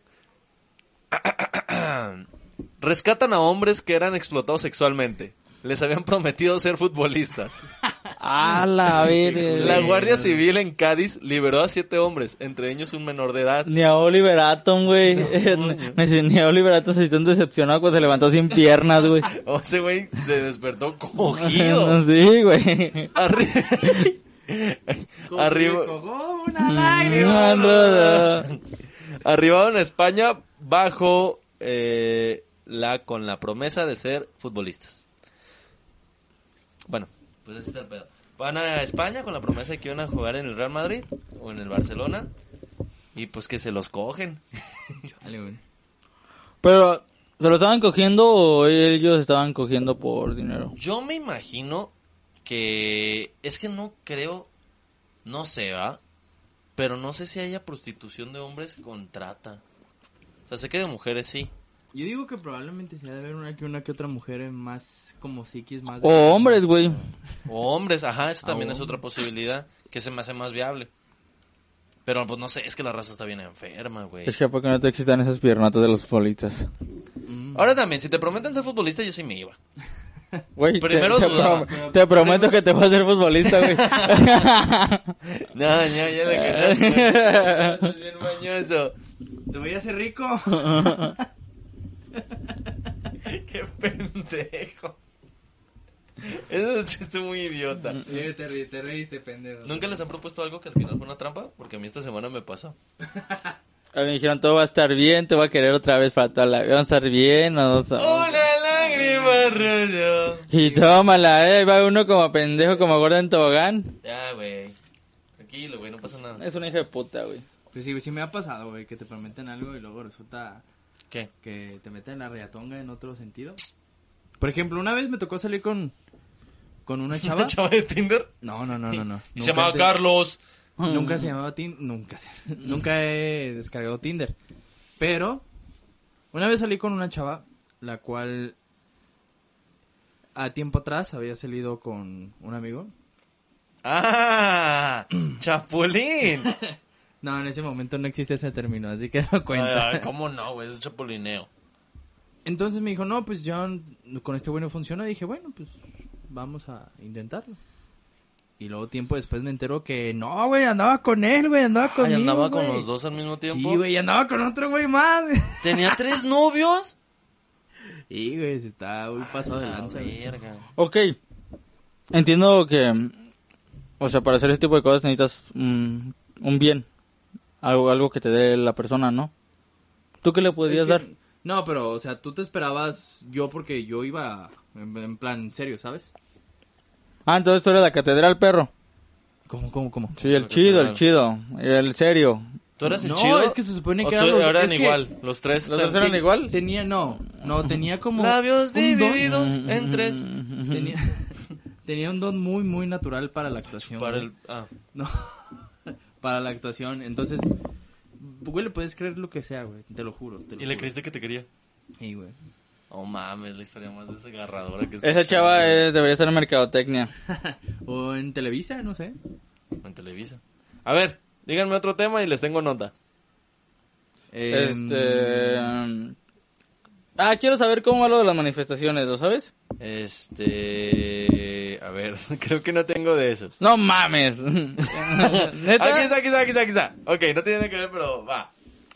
Speaker 2: Rescatan a hombres que eran explotados sexualmente. Les habían prometido ser futbolistas.
Speaker 3: ¡Ah, la verga!
Speaker 2: La Guardia Civil en Cádiz liberó a siete hombres, entre ellos un menor de edad.
Speaker 3: Ni a Oliver Atom, güey. Ni, ni a Oliver Atom se sintió decepcionado cuando se levantó sin piernas, güey.
Speaker 2: O ese güey se despertó cogido.
Speaker 3: Sí, güey.
Speaker 2: Arri- Arriba.
Speaker 4: Una lágrima.
Speaker 3: No, no, no.
Speaker 2: Arribaron a España bajo eh, la con la promesa de ser futbolistas. Bueno, pues así está el pedo. Van a España con la promesa de que iban a jugar en el Real Madrid o en el Barcelona y pues que se los cogen.
Speaker 4: Dale, güey.
Speaker 3: Pero, ¿se lo estaban cogiendo o ellos estaban cogiendo por dinero?
Speaker 2: Yo me imagino que es que no creo, no sé, ¿va? Pero no sé si haya prostitución de hombres con trata. O sea, sé que de mujeres sí.
Speaker 4: Yo digo que probablemente se ha de haber una que una que otra mujer más como psiquis más de-
Speaker 3: O hombres, güey.
Speaker 2: O hombres, ajá, esa también
Speaker 4: Ah,
Speaker 2: es otra posibilidad que se me hace más viable. Pero pues no sé, es que la raza está bien enferma, güey.
Speaker 3: Es que porque no te excitan esas piernatas de los futbolistas.
Speaker 4: Mm.
Speaker 2: Ahora también, si te prometen ser futbolista, yo sí me iba.
Speaker 3: Güey, te,
Speaker 2: Primero
Speaker 3: te,
Speaker 2: dudaba.
Speaker 3: pro- te prometo que te voy a hacer futbolista, güey.
Speaker 2: No, ya, ya le quedaste. Es bien mañoso.
Speaker 4: Te voy a hacer rico.
Speaker 2: Qué pendejo. Ese es un chiste muy idiota.
Speaker 4: Sí, te, ri- te reíste, pendejo.
Speaker 2: ¿Nunca les han propuesto algo que al final fue una trampa? Porque a mí esta semana me pasó.
Speaker 3: A mí me dijeron, todo va a estar bien, te voy a querer otra vez para toda la vida. Vamos a estar bien, no vamos a...
Speaker 2: Una lágrima rollo.
Speaker 3: Y tómala, eh, ahí va uno como pendejo, como gordo en tobogán.
Speaker 2: Ya, güey. Tranquilo, güey, no pasa nada.
Speaker 3: Es una hija de puta, güey.
Speaker 4: Pues sí, sí me ha pasado, güey, que te prometen algo y luego resulta
Speaker 2: ¿Qué?
Speaker 4: que te meten la reatonga en otro sentido. Por ejemplo, una vez me tocó salir con con una chava.
Speaker 2: ¿Una chava de Tinder?
Speaker 4: No, no, no, no, no.
Speaker 2: Y
Speaker 4: Nunca
Speaker 2: se llamaba
Speaker 4: te-
Speaker 2: Carlos.
Speaker 4: Nunca se llamaba Tinder, nunca. se- Nunca he descargado Tinder. Pero una vez salí con una chava la cual a tiempo atrás había salido con un amigo.
Speaker 2: ¡Ah! ¡Chapulín!
Speaker 4: No, en ese momento no existe ese término, así que no cuenta.
Speaker 2: Ay, ¿cómo no, güey? Es un chapulineo.
Speaker 4: Entonces me dijo, no, pues yo con este güey no funciona. Dije, bueno, pues vamos a intentarlo. Y luego tiempo después me enteró que no, güey, andaba con él, güey, andaba
Speaker 2: Ay,
Speaker 4: conmigo,
Speaker 2: andaba con
Speaker 4: güey.
Speaker 2: los dos al mismo tiempo.
Speaker 4: Sí, güey, y andaba con otro güey más.
Speaker 2: ¿Tenía tres novios?
Speaker 4: Sí, güey, se está muy pasado de
Speaker 2: Ah,
Speaker 4: lanza. güey.
Speaker 2: verga.
Speaker 3: Ok, entiendo que, o sea, para hacer ese tipo de cosas necesitas mm, un bien, algo, algo que te dé la persona, ¿no? ¿Tú qué le podías
Speaker 4: Es que-
Speaker 3: dar?
Speaker 4: No, pero, o sea, tú te esperabas yo porque yo iba en, en plan serio, ¿sabes?
Speaker 3: Ah, entonces tú eres la catedral, perro.
Speaker 4: ¿Cómo, cómo, cómo?
Speaker 3: Sí, el chido, el chido, el serio.
Speaker 2: ¿Tú eras el
Speaker 4: No,
Speaker 2: chido?
Speaker 4: es que se supone
Speaker 2: ¿O
Speaker 4: que
Speaker 2: tú-
Speaker 4: eran los-
Speaker 2: eran
Speaker 4: es que-
Speaker 2: igual? Los tres.
Speaker 3: ¿Los
Speaker 2: te-
Speaker 3: dos eran igual?
Speaker 4: Tenía, no, no, tenía como...
Speaker 2: Labios
Speaker 4: un don-
Speaker 2: divididos en tres.
Speaker 4: Tenía, tenía un don muy, muy natural para la actuación.
Speaker 2: Para
Speaker 4: güey.
Speaker 2: el... Ah.
Speaker 4: No, para la actuación. Entonces, güey, le puedes creer lo que sea, güey. Te lo juro. Te lo
Speaker 2: ¿Y le
Speaker 4: juro.
Speaker 2: creíste que te quería?
Speaker 4: Sí, güey.
Speaker 2: Oh, mames, la historia más desgarradora que
Speaker 3: Esa chava es, debería estar en mercadotecnia.
Speaker 4: O en Televisa, no sé.
Speaker 2: En Televisa. A ver, díganme otro tema y les tengo nota.
Speaker 4: Em,
Speaker 3: Este... um, Ah, quiero saber cómo va lo de las manifestaciones, ¿lo sabes?
Speaker 2: Este... A ver, creo que no tengo de esos.
Speaker 3: No mames. ¿Neta?
Speaker 2: Aquí está, aquí está, aquí está, aquí está. Ok, no tiene nada que ver, pero va.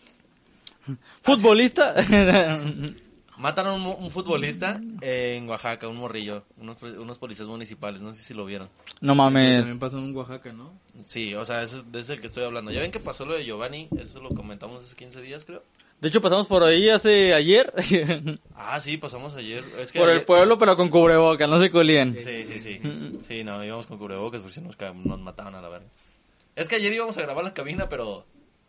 Speaker 3: ¿Futbolista?
Speaker 2: Mataron un, un futbolista en Oaxaca, un morrillo, unos, unos policías municipales, no sé si lo vieron.
Speaker 3: No mames.
Speaker 4: También pasó en Oaxaca, ¿no?
Speaker 2: Sí, o sea, ese ese es el que estoy hablando. Ya ven que pasó lo de Giovanni, eso lo comentamos hace quince días, creo.
Speaker 3: De hecho, pasamos por ahí hace ayer.
Speaker 2: Ah, sí, pasamos ayer. Es que
Speaker 3: por el
Speaker 2: ayer-
Speaker 3: pueblo, pero con cubrebocas, no se culien.
Speaker 2: Sí, sí, sí. Sí, no, íbamos con cubrebocas porque si nos, ca- nos mataban a la verga. Es que ayer íbamos a grabar la cabina, pero...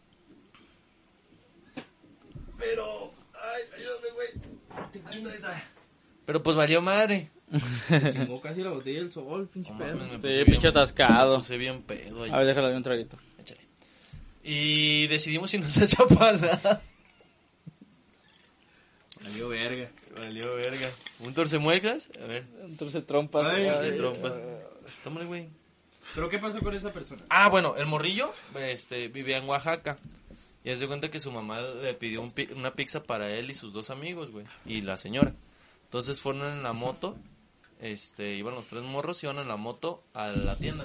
Speaker 2: Pero... Ay, ayúdame, güey. Ahí está, ahí está. Pero pues valió madre.
Speaker 4: Chingó casi la botella del sol, pinche
Speaker 2: No
Speaker 4: pedo.
Speaker 2: mames, me
Speaker 3: Sí,
Speaker 2: puse
Speaker 3: pinche
Speaker 2: bien-
Speaker 3: atascado.
Speaker 2: Me puse bien pedo ayer.
Speaker 3: A ver, déjala de un traguito.
Speaker 2: Échale. Y decidimos irnos a Chapala.
Speaker 4: Valió verga.
Speaker 2: Valió verga. ¿Un torcemuecas? A ver.
Speaker 3: Entonces trompas.
Speaker 4: Ay,
Speaker 2: De
Speaker 4: sí.
Speaker 2: trompas. Tómale, güey.
Speaker 4: ¿Pero qué pasó con esa persona?
Speaker 2: Ah, bueno, el morrillo este, vivía en Oaxaca. Y se cuenta que su mamá le pidió un pi- una pizza para él y sus dos amigos, güey. Y la señora. Entonces fueron en la moto. Este, iban los tres morros, iban en la moto a la tienda.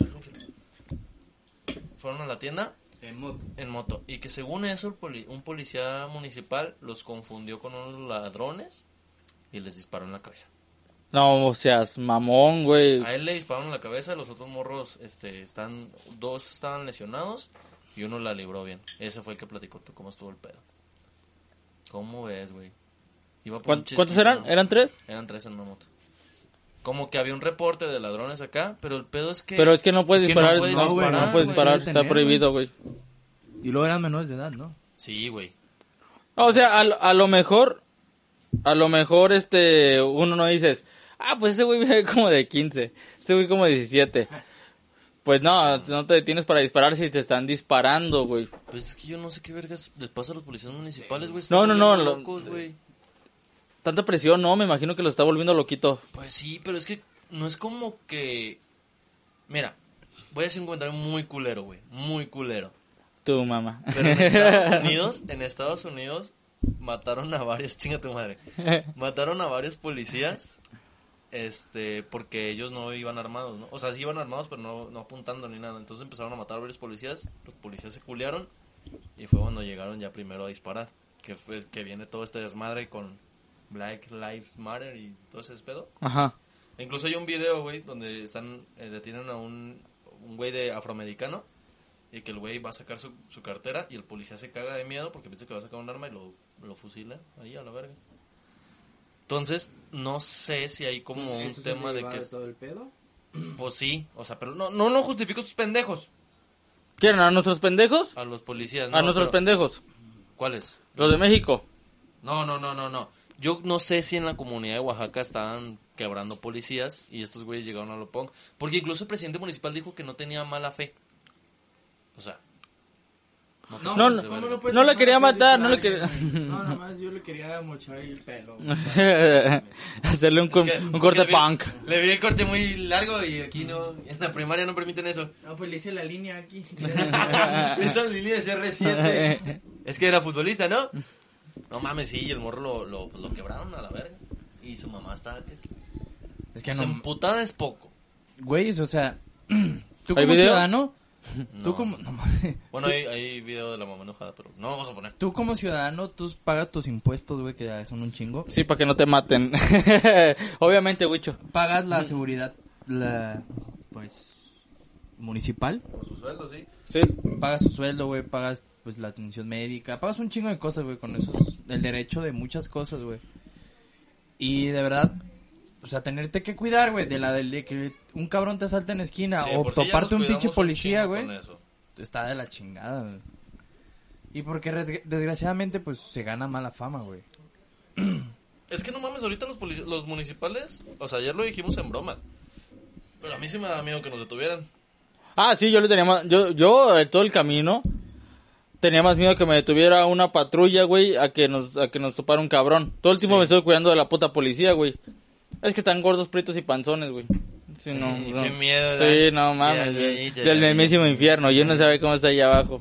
Speaker 2: Fueron a la tienda
Speaker 4: En moto.
Speaker 2: en moto. Y que según eso, el poli- un policía municipal los confundió con unos ladrones y les disparó en la cabeza.
Speaker 3: No seas mamón, güey.
Speaker 2: A él le dispararon en la cabeza, los otros morros, este, están, dos estaban lesionados y uno la libró bien. Ese fue el que platicó tú cómo estuvo el pedo. ¿Cómo ves, güey? Iba por un
Speaker 3: ¿Cuántos, ¿Cuántos
Speaker 2: chesquito,
Speaker 3: eran?
Speaker 2: ¿no?
Speaker 3: ¿Eran tres?
Speaker 2: Eran tres en una moto. Como que había un reporte de ladrones acá, pero el pedo es que...
Speaker 3: Pero es que no puedes
Speaker 2: es que
Speaker 3: disparar.
Speaker 2: no puedes
Speaker 3: No,
Speaker 2: disparar,
Speaker 3: no puedes
Speaker 2: güey.
Speaker 3: disparar,
Speaker 4: Debe
Speaker 3: está
Speaker 4: tener,
Speaker 3: prohibido, güey.
Speaker 4: Y luego eran menores de edad, ¿no?
Speaker 2: Sí, güey.
Speaker 3: O sea, a, lo- a lo mejor, a lo mejor, este, uno no dices, ah, pues ese güey vive como de quince, ese güey como de diecisiete. Pues no, no te detienes para disparar si te están disparando, güey.
Speaker 2: Pues es que yo no sé qué vergas les pasa a los policías municipales, güey. se
Speaker 3: No,
Speaker 2: están
Speaker 3: no, no,
Speaker 2: volviendo
Speaker 3: lo-
Speaker 2: locos, güey.
Speaker 3: Tanta presión, no, me imagino que lo está volviendo loquito.
Speaker 2: Pues sí, pero es que no es como que... Mira, voy a hacer un comentario muy culero, güey. Muy culero.
Speaker 3: Tu mamá.
Speaker 2: Pero en Estados Unidos, en Estados Unidos, mataron a varios... Chinga tu madre. Mataron a varios policías este, porque ellos no iban armados, ¿no? O sea, sí iban armados, pero no, no apuntando ni nada. Entonces empezaron a matar a varios policías, los policías se culiaron y fue cuando llegaron ya primero a disparar. Que fue que viene todo este desmadre con Black Lives Matter y todo ese despedo.
Speaker 3: Ajá.
Speaker 2: E incluso hay un video, güey, donde están, eh, detienen a un, un güey de afroamericano y que el güey va a sacar su, su cartera y el policía se caga de miedo porque piensa que va a sacar un arma y lo, lo fusila ahí a la verga. Entonces, no sé si hay como
Speaker 4: Entonces,
Speaker 2: un
Speaker 4: ¿eso
Speaker 2: tema
Speaker 4: se
Speaker 2: de
Speaker 4: lleva
Speaker 2: que...
Speaker 4: de todo el pedo?
Speaker 2: Pues sí, o sea, pero no, no, no justifico sus pendejos.
Speaker 3: ¿Quieren a nuestros pendejos?
Speaker 2: A los policías,
Speaker 3: A
Speaker 2: no,
Speaker 3: nuestros
Speaker 2: pero-
Speaker 3: pendejos.
Speaker 2: ¿Cuáles?
Speaker 3: Los de México.
Speaker 2: No, no, no, no, no. Yo no sé si en la comunidad de Oaxaca estaban quebrando policías y estos güeyes llegaron a lo pong. Porque incluso el presidente municipal dijo que no tenía mala fe. O sea...
Speaker 4: No,
Speaker 3: No,
Speaker 4: pues,
Speaker 3: no,
Speaker 4: ¿cómo
Speaker 2: no,
Speaker 4: puedes
Speaker 3: no le
Speaker 4: tomar
Speaker 3: quería
Speaker 4: la
Speaker 3: matar, no le
Speaker 4: alguien?
Speaker 3: quería-
Speaker 4: No, nada más yo le quería mochar el pelo.
Speaker 3: Hacerle un, cor-
Speaker 2: Es que-
Speaker 3: un
Speaker 2: es
Speaker 3: corte
Speaker 2: que le vi-
Speaker 3: punk.
Speaker 2: Le vi el corte muy largo y aquí no... En la primaria no permiten eso.
Speaker 4: No, pues le hice la línea aquí.
Speaker 2: Esa línea de C R siete. Es que era futbolista, ¿no? No mames, sí, y el morro lo, lo, pues lo quebraron a la verga. Y su mamá estaba que... es-
Speaker 5: Es que
Speaker 2: o sea,
Speaker 5: no...
Speaker 2: emputada es poco.
Speaker 5: Güeyes, o sea... Tú
Speaker 3: ¿Hay
Speaker 5: como
Speaker 3: video?
Speaker 5: ciudadano... Tú
Speaker 2: No.
Speaker 5: como... no mames.
Speaker 2: Bueno, hay, hay video de la mamá enojada, pero no lo vamos a poner.
Speaker 5: Tú como ciudadano, tú pagas tus impuestos, güey, que son un chingo.
Speaker 3: Sí, para que no te maten. Obviamente, Wicho.
Speaker 5: Pagas la seguridad, la... pues... municipal.
Speaker 2: Por su sueldo, sí.
Speaker 3: Sí.
Speaker 5: Pagas su sueldo, güey, pagas pues la atención médica, pagas un chingo de cosas, güey, con eso, el derecho de muchas cosas, güey. Y de verdad, o sea, tenerte que cuidar, güey, de la de que un cabrón te asalta en la esquina
Speaker 2: Sí,
Speaker 5: o
Speaker 2: por sí ya
Speaker 5: toparte
Speaker 2: nos
Speaker 5: un pinche
Speaker 2: cuidamos
Speaker 5: policía,
Speaker 2: chingo
Speaker 5: güey,
Speaker 2: con eso.
Speaker 5: está de la chingada, güey. Y porque res- desgraciadamente pues se gana mala fama, güey.
Speaker 2: Es que no mames, ahorita los, polici- los municipales, o sea, ayer lo dijimos en broma. Pero a mí sí me da miedo que nos detuvieran.
Speaker 3: Ah, sí, yo le tenía más... Yo, yo eh, todo el camino tenía más miedo que me detuviera una patrulla, güey, a que nos a que nos topara un cabrón. Todo el tiempo
Speaker 2: Sí.
Speaker 3: me estoy cuidando de la puta policía, güey. Es que están gordos, prietos y panzones, güey. Sí, no,
Speaker 2: Ay,
Speaker 3: no.
Speaker 2: qué miedo,
Speaker 3: Sí,
Speaker 2: ¿verdad?
Speaker 3: no
Speaker 2: Sí,
Speaker 3: mames.
Speaker 2: al
Speaker 3: del-
Speaker 2: viejito,
Speaker 3: del
Speaker 2: al
Speaker 3: mismísimo
Speaker 2: viejito.
Speaker 3: infierno. Y uno sabe cómo está ahí abajo.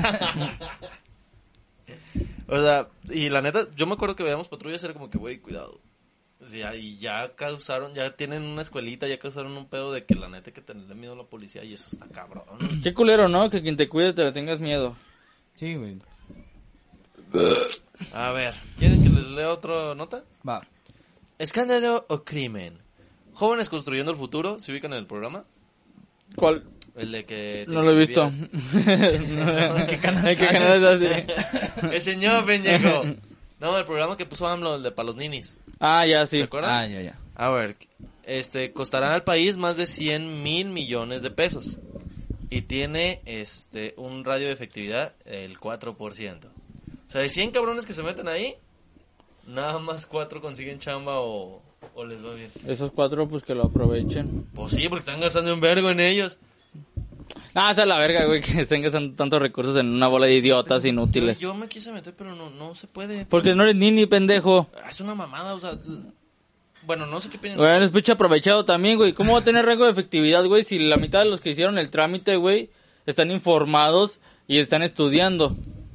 Speaker 2: O sea, y la neta, yo me acuerdo que veíamos patrullas, era como que, güey, cuidado. O sea, y ya causaron, ya tienen una escuelita, ya causaron un pedo de que la neta hay que tenerle miedo a la policía y eso está cabrón.
Speaker 3: Qué culero, ¿no? Que quien te cuide te le tengas miedo.
Speaker 5: Sí, güey.
Speaker 2: A ver, ¿quieren que les lea otra nota?
Speaker 5: Va.
Speaker 2: Escándalo o crimen. Jóvenes construyendo el futuro, ¿se ubican en el programa?
Speaker 3: ¿Cuál?
Speaker 2: El de que... te
Speaker 3: No lo he visto.
Speaker 2: inscribieras.
Speaker 3: ¿Qué canal, ¿Qué canal es así?
Speaker 2: El señor pendejo. No, el programa que puso AMLO, el de para los ninis.
Speaker 3: Ah, ya, sí.
Speaker 2: ¿Se acuerdan?
Speaker 5: Ah, ya, ya.
Speaker 2: A ver, este, costarán al país más de cien mil millones de pesos. Y tiene, este, un radio de efectividad del cuatro por ciento. O sea, de cien cabrones que se meten ahí, nada más cuatro consiguen chamba o, o les va bien.
Speaker 3: Esos cuatro, pues que lo aprovechen.
Speaker 2: Pues sí, porque están gastando un vergo en ellos.
Speaker 3: Ah, esa es la verga, güey, que estén gastando tantos recursos en una bola de idiotas
Speaker 2: Yo,
Speaker 3: inútiles.
Speaker 2: yo me quise meter, pero no, no se puede.
Speaker 3: Porque no eres ni ni pendejo.
Speaker 2: Ah, es una mamada, o sea... l- Bueno, no sé qué piensan.
Speaker 3: Güey, eres pinche aprovechado también, güey. ¿Cómo va a tener rango de efectividad, güey, si la mitad de los que hicieron el trámite, güey, están informados y están estudiando?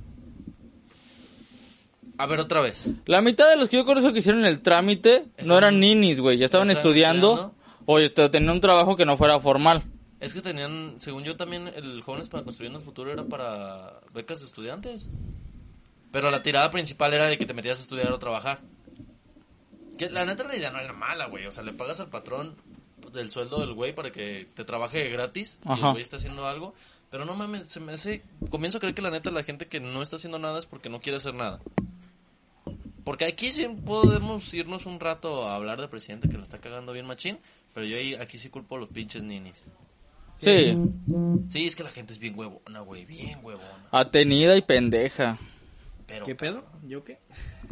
Speaker 2: A ver, otra vez.
Speaker 3: La mitad de los que yo conozco que hicieron el trámite no
Speaker 2: Están-
Speaker 3: eran ninis, güey. Ya estaban
Speaker 2: ¿Están
Speaker 3: estudiando,
Speaker 2: estudiando?
Speaker 3: o est- tenían un trabajo que no fuera formal.
Speaker 2: Es que tenían, según yo también, el Jóvenes para Construyendo el Futuro era para becas de estudiantes. Pero la tirada principal era de que te metías a estudiar o trabajar. Que la neta en realidad no era mala, güey. O sea, le pagas al patrón del sueldo del güey para que te trabaje gratis. Y
Speaker 3: Ajá.
Speaker 2: el güey está haciendo algo. Pero no mames, se me hace... Comienzo a creer que la neta la gente que no está haciendo nada es porque no quiere hacer nada. Porque aquí sí podemos irnos un rato a hablar del presidente que lo está cagando bien machín. Pero yo ahí, aquí sí culpo a los pinches ninis.
Speaker 3: Sí,
Speaker 2: Sí, es que la gente es bien huevona, güey, bien huevona.
Speaker 3: atenida y pendeja.
Speaker 2: Pero,
Speaker 4: ¿Qué pedo? ¿Yo qué?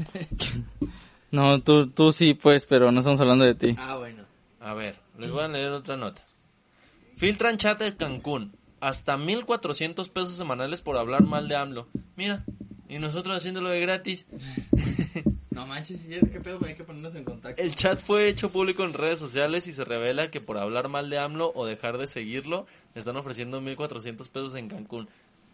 Speaker 3: No, tú, tú sí, pues, pero no estamos hablando de ti.
Speaker 4: Ah, bueno.
Speaker 2: a ver, les voy a leer otra nota. Filtran chat de Cancún. Hasta mil cuatrocientos pesos semanales por hablar mal de AMLO. Mira, y nosotros haciéndolo de gratis.
Speaker 4: No manches, si es que pedo, hay que ponernos en contacto.
Speaker 2: El chat fue hecho público en redes sociales y se revela que por hablar mal de AMLO o dejar de seguirlo, le están ofreciendo mil cuatrocientos pesos en Cancún.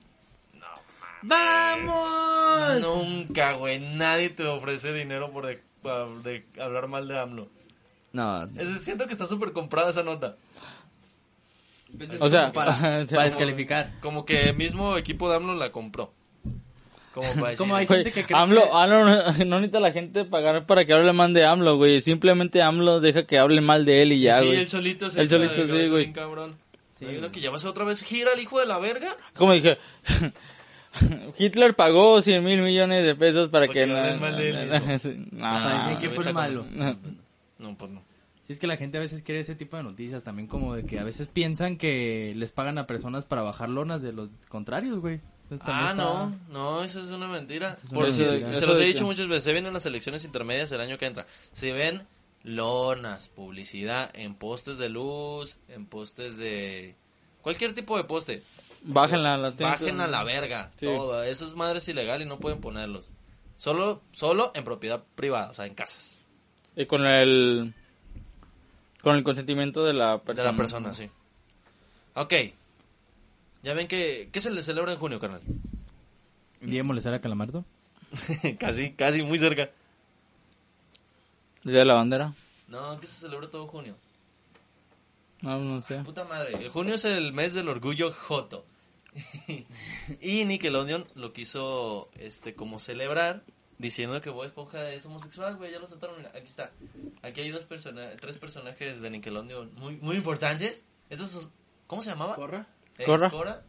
Speaker 4: ¡Vamos!
Speaker 2: Nunca, güey, nadie te ofrece dinero por de, de hablar mal de AMLO.
Speaker 5: No.
Speaker 2: Es- siento que está súper comprada esa nota.
Speaker 5: Pues es
Speaker 3: O sea,
Speaker 5: como para,
Speaker 3: o sea,
Speaker 5: para descalificar.
Speaker 2: Como que el mismo equipo de AMLO la compró. Como para decir,
Speaker 5: Como hay
Speaker 3: Güey,
Speaker 5: gente que cree
Speaker 3: AMLO,
Speaker 5: que-
Speaker 3: AMLO no, no necesita la gente pagar para que hable mal de AMLO, güey. Simplemente AMLO deja que hable mal de él y ya,
Speaker 2: sí,
Speaker 3: güey.
Speaker 2: él solito se
Speaker 3: Él
Speaker 2: echa
Speaker 3: solito,
Speaker 2: de
Speaker 3: sí,
Speaker 2: cabeza
Speaker 3: güey.
Speaker 2: bien cabrón.
Speaker 5: Sí,
Speaker 2: Hay uno
Speaker 5: güey.
Speaker 2: que ya va a ser otra vez gira el hijo de la verga.
Speaker 3: Como dije, Hitler pagó cien mil millones de pesos para
Speaker 2: Porque
Speaker 3: que...
Speaker 2: hablen mal de él mismo.
Speaker 3: Sí, no,
Speaker 2: Ah,
Speaker 5: O sea, dicen
Speaker 2: ese
Speaker 5: que
Speaker 2: güey
Speaker 5: fue el
Speaker 2: está
Speaker 5: malo.
Speaker 2: No, pues no.
Speaker 5: Sí, es que la gente a veces quiere ese tipo de noticias también, como de que a veces piensan que les pagan a personas para bajar lonas de los contrarios, güey. Entonces, también
Speaker 2: Ah,
Speaker 5: está-
Speaker 2: no, no, eso es una mentira.
Speaker 5: es una
Speaker 2: Por
Speaker 3: mentira.
Speaker 2: si-
Speaker 3: Eso
Speaker 2: se
Speaker 3: de-
Speaker 2: los
Speaker 3: eso
Speaker 2: he
Speaker 3: de
Speaker 2: dicho
Speaker 3: que-
Speaker 2: muchas veces, se vienen las elecciones intermedias el año que entra. Se ven lonas, publicidad en postes de luz, en postes de... cualquier tipo de poste.
Speaker 3: Bájenla, la tienen
Speaker 2: Bajen
Speaker 3: que-
Speaker 2: a la verga,
Speaker 3: Sí.
Speaker 2: todo. Eso es madre es ilegal y no pueden ponerlos. Solo, solo en propiedad privada, o sea, en casas.
Speaker 3: Y con el... Con el consentimiento de la
Speaker 2: De
Speaker 3: persona.
Speaker 2: la persona, sí. Ok. Ya ven que... ¿Qué se le celebra en junio, carnal?
Speaker 5: ¿Día de molestar a Calamardo?
Speaker 2: casi, casi, muy cerca.
Speaker 3: Día de la bandera.
Speaker 2: No, ¿qué se celebra todo junio?
Speaker 3: No, no sé.
Speaker 2: Puta madre, el junio es el mes del orgullo joto. Y Nickelodeon lo quiso este como celebrar diciendo que Bob Esponja es homosexual, güey, ya lo saltaron, mira, aquí está. Aquí hay dos persona tres personajes de Nickelodeon muy muy importantes. Estos son- ¿cómo se llamaba?
Speaker 5: ¿Corra?
Speaker 2: Es
Speaker 3: Corra.
Speaker 2: Cora.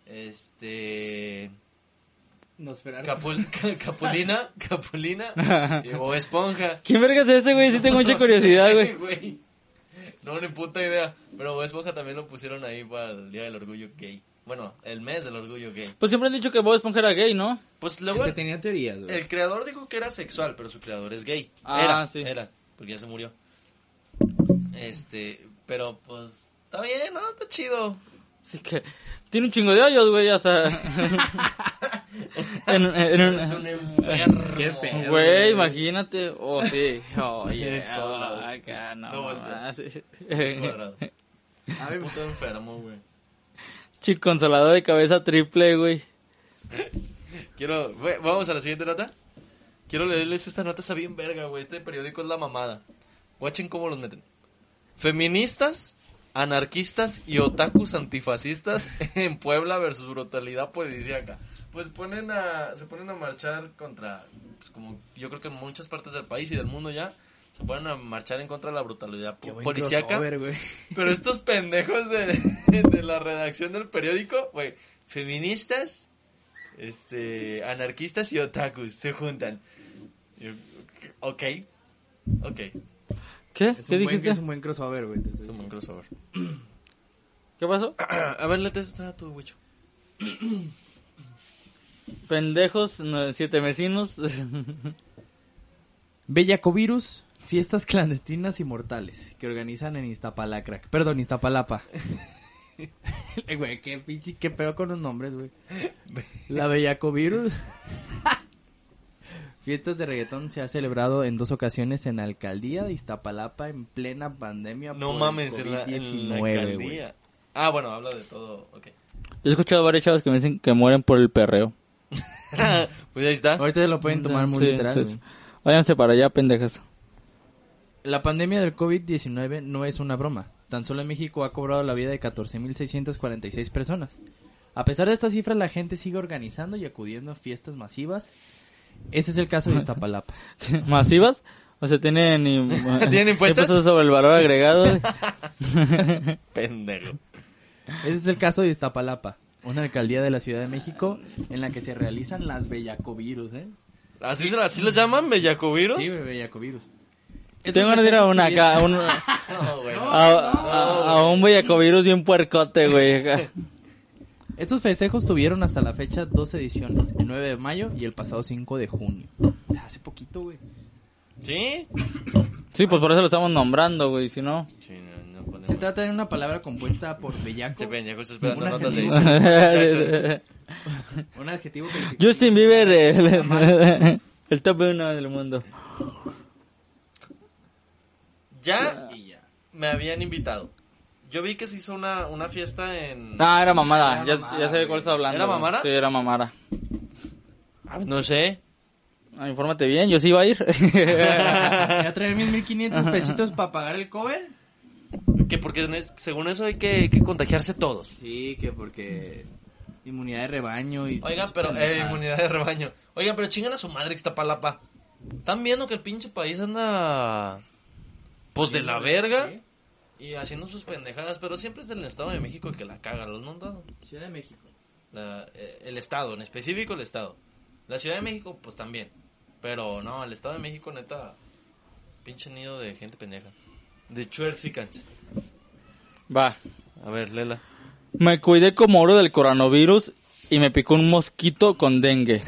Speaker 2: Este
Speaker 5: Nosferatu.
Speaker 2: Capul- Ca- Capulina, Capulina y Bob Esponja.
Speaker 3: ¿Quién verga es ese, güey? Sí tengo mucha
Speaker 2: No
Speaker 3: curiosidad,
Speaker 2: sé,
Speaker 3: güey.
Speaker 2: No, ni puta idea. Pero Bob Esponja también lo pusieron ahí para el Día del Orgullo Gay. Bueno, el mes del Orgullo Gay.
Speaker 3: Pues siempre han dicho que Bob Esponja era gay, ¿no?
Speaker 2: Pues luego
Speaker 5: Ese tenía teorías, güey.
Speaker 2: el creador dijo que era sexual, pero su creador es gay.
Speaker 3: Ah,
Speaker 2: era,
Speaker 3: sí.
Speaker 2: era, porque ya se murió. Este, pero pues está bien, ¿no? Está chido.
Speaker 3: Así que... Tiene un chingo de hoyos, güey, hasta... en, en un-
Speaker 2: Es un enfermo.
Speaker 5: Qué pedo.
Speaker 3: Güey, imagínate. Oh, sí. Oye,
Speaker 2: De todos
Speaker 3: oh,
Speaker 2: lados.
Speaker 3: acá, no,
Speaker 2: No
Speaker 3: mamá,
Speaker 2: volteas.
Speaker 3: sí.
Speaker 2: Es cuadrado.
Speaker 5: A ver,
Speaker 2: Puto enfermo, güey.
Speaker 3: Chico consolador de cabeza triple, güey.
Speaker 2: Quiero, güey, vamos a la siguiente nota. Quiero leerles esta nota, está bien verga, güey. Este periódico es la mamada. Watchen cómo los meten. Feministas, anarquistas y otakus antifascistas en Puebla versus brutalidad policíaca. Pues ponen a, se ponen a marchar contra, pues como yo creo que en muchas partes del país y del mundo ya, se ponen a marchar en contra de la brutalidad
Speaker 5: qué buen
Speaker 2: policíaca.
Speaker 5: crossover, güey.
Speaker 2: Pero estos pendejos de, de la redacción del periódico, güey, feministas, este, anarquistas y otakus se juntan. Yo, ok, ok,
Speaker 3: ¿Qué?
Speaker 5: Es
Speaker 3: ¿Qué
Speaker 5: un, buen,
Speaker 3: dijiste?
Speaker 5: es un buen crossover, güey. te estoy
Speaker 2: es un buen crossover.
Speaker 3: ¿Qué pasó?
Speaker 2: A ver, léete esta tu Wicho.
Speaker 3: Pendejos, no, siete vecinos.
Speaker 5: Bellacovirus, fiestas clandestinas y mortales que organizan en Iztapalacra. Perdón, Iztapalapa. Eh, Güey, qué pinche, qué peor con los nombres, güey. La Bellacovirus. Fiestas de reggaetón se ha celebrado en dos ocasiones en la alcaldía de Iztapalapa en plena pandemia.
Speaker 2: No
Speaker 5: por
Speaker 2: mames,
Speaker 5: el
Speaker 2: en la, en la
Speaker 5: COVID diecinueve, güey.
Speaker 2: alcaldía. Ah, bueno, habla de todo, ok.
Speaker 3: Yo he escuchado a varios chavos que me dicen que mueren por el perreo.
Speaker 2: Pues ahí está.
Speaker 5: Ahorita se lo pueden tomar muy
Speaker 3: Sí,
Speaker 5: literal,
Speaker 3: sí,
Speaker 5: güey.
Speaker 3: sí. Váyanse para allá, pendejas.
Speaker 5: La pandemia del COVID diecinueve no es una broma. Tan solo en México ha cobrado la vida de catorce mil seiscientas cuarenta y seis personas. A pesar de estas cifras, la gente sigue organizando y acudiendo a fiestas masivas. Ese es el caso de Iztapalapa.
Speaker 3: ¿Masivas? O sea, ¿tienen, im-
Speaker 2: ¿Tienen impuestos?
Speaker 3: sobre el valor agregado?
Speaker 2: Pendejo.
Speaker 5: Ese es el caso de Iztapalapa, una alcaldía de la Ciudad de México en la que se realizan las bellacovirus, ¿eh?
Speaker 2: ¿Así, se- así los llaman, bellacovirus?
Speaker 5: Sí, güey, bellacovirus.
Speaker 3: Tengo ganas de ir a una acá, a un, a,
Speaker 2: No, güey.
Speaker 3: a- a un bellacovirus bien puercote, güey. acá.
Speaker 5: Estos festejos tuvieron hasta la fecha dos ediciones, el nueve de mayo y el pasado cinco de junio. O sea, hace poquito, güey.
Speaker 2: ¿Sí?
Speaker 3: Sí, pues por eso lo estamos nombrando, güey, si no...
Speaker 2: Sí, no, no ponemos.
Speaker 5: Se trata de una palabra compuesta por bellaco,
Speaker 2: Este pendejo está esperando
Speaker 5: Un
Speaker 2: notas de
Speaker 5: adjetivo.
Speaker 2: Jackson.
Speaker 5: un adjetivo calificativo.
Speaker 3: Justin Bieber, el, el top uno del mundo.
Speaker 2: Ya
Speaker 5: Y ya.
Speaker 2: me habían invitado. Yo vi que se hizo una, una fiesta en...
Speaker 3: Ah, era mamada,
Speaker 5: Era
Speaker 3: ya,
Speaker 5: mamada,
Speaker 3: ya sé de cuál
Speaker 5: güey.
Speaker 3: estás hablando.
Speaker 2: ¿Era
Speaker 3: güey.
Speaker 2: mamada?
Speaker 3: Sí, era mamara.
Speaker 2: No sé.
Speaker 3: Ah, infórmate bien, yo sí iba a ir.
Speaker 5: Ya a traer mis mil quinientos pesitos para pagar el cover.
Speaker 2: Que porque según eso hay que, hay que contagiarse todos.
Speaker 5: Sí, que porque inmunidad de rebaño y...
Speaker 2: Oigan, pero, eh, inmunidad de rebaño. Oigan, pero chingan a su madre Ixtapalapa. ¿Están viendo que el pinche país anda, pues, de la verga?
Speaker 5: ¿Sí?
Speaker 2: Y haciendo sus pendejadas, pero siempre es el Estado de México el que la caga, ¿lo han notado?
Speaker 5: Ciudad de México.
Speaker 2: La, eh, el Estado, en específico el Estado. La Ciudad de México, pues también. Pero no, el Estado de México, neta, pinche nido de gente pendeja. De Chuerxicans.
Speaker 3: Va.
Speaker 2: A ver, Lela.
Speaker 3: Me cuidé como oro del coronavirus y me picó un mosquito con dengue.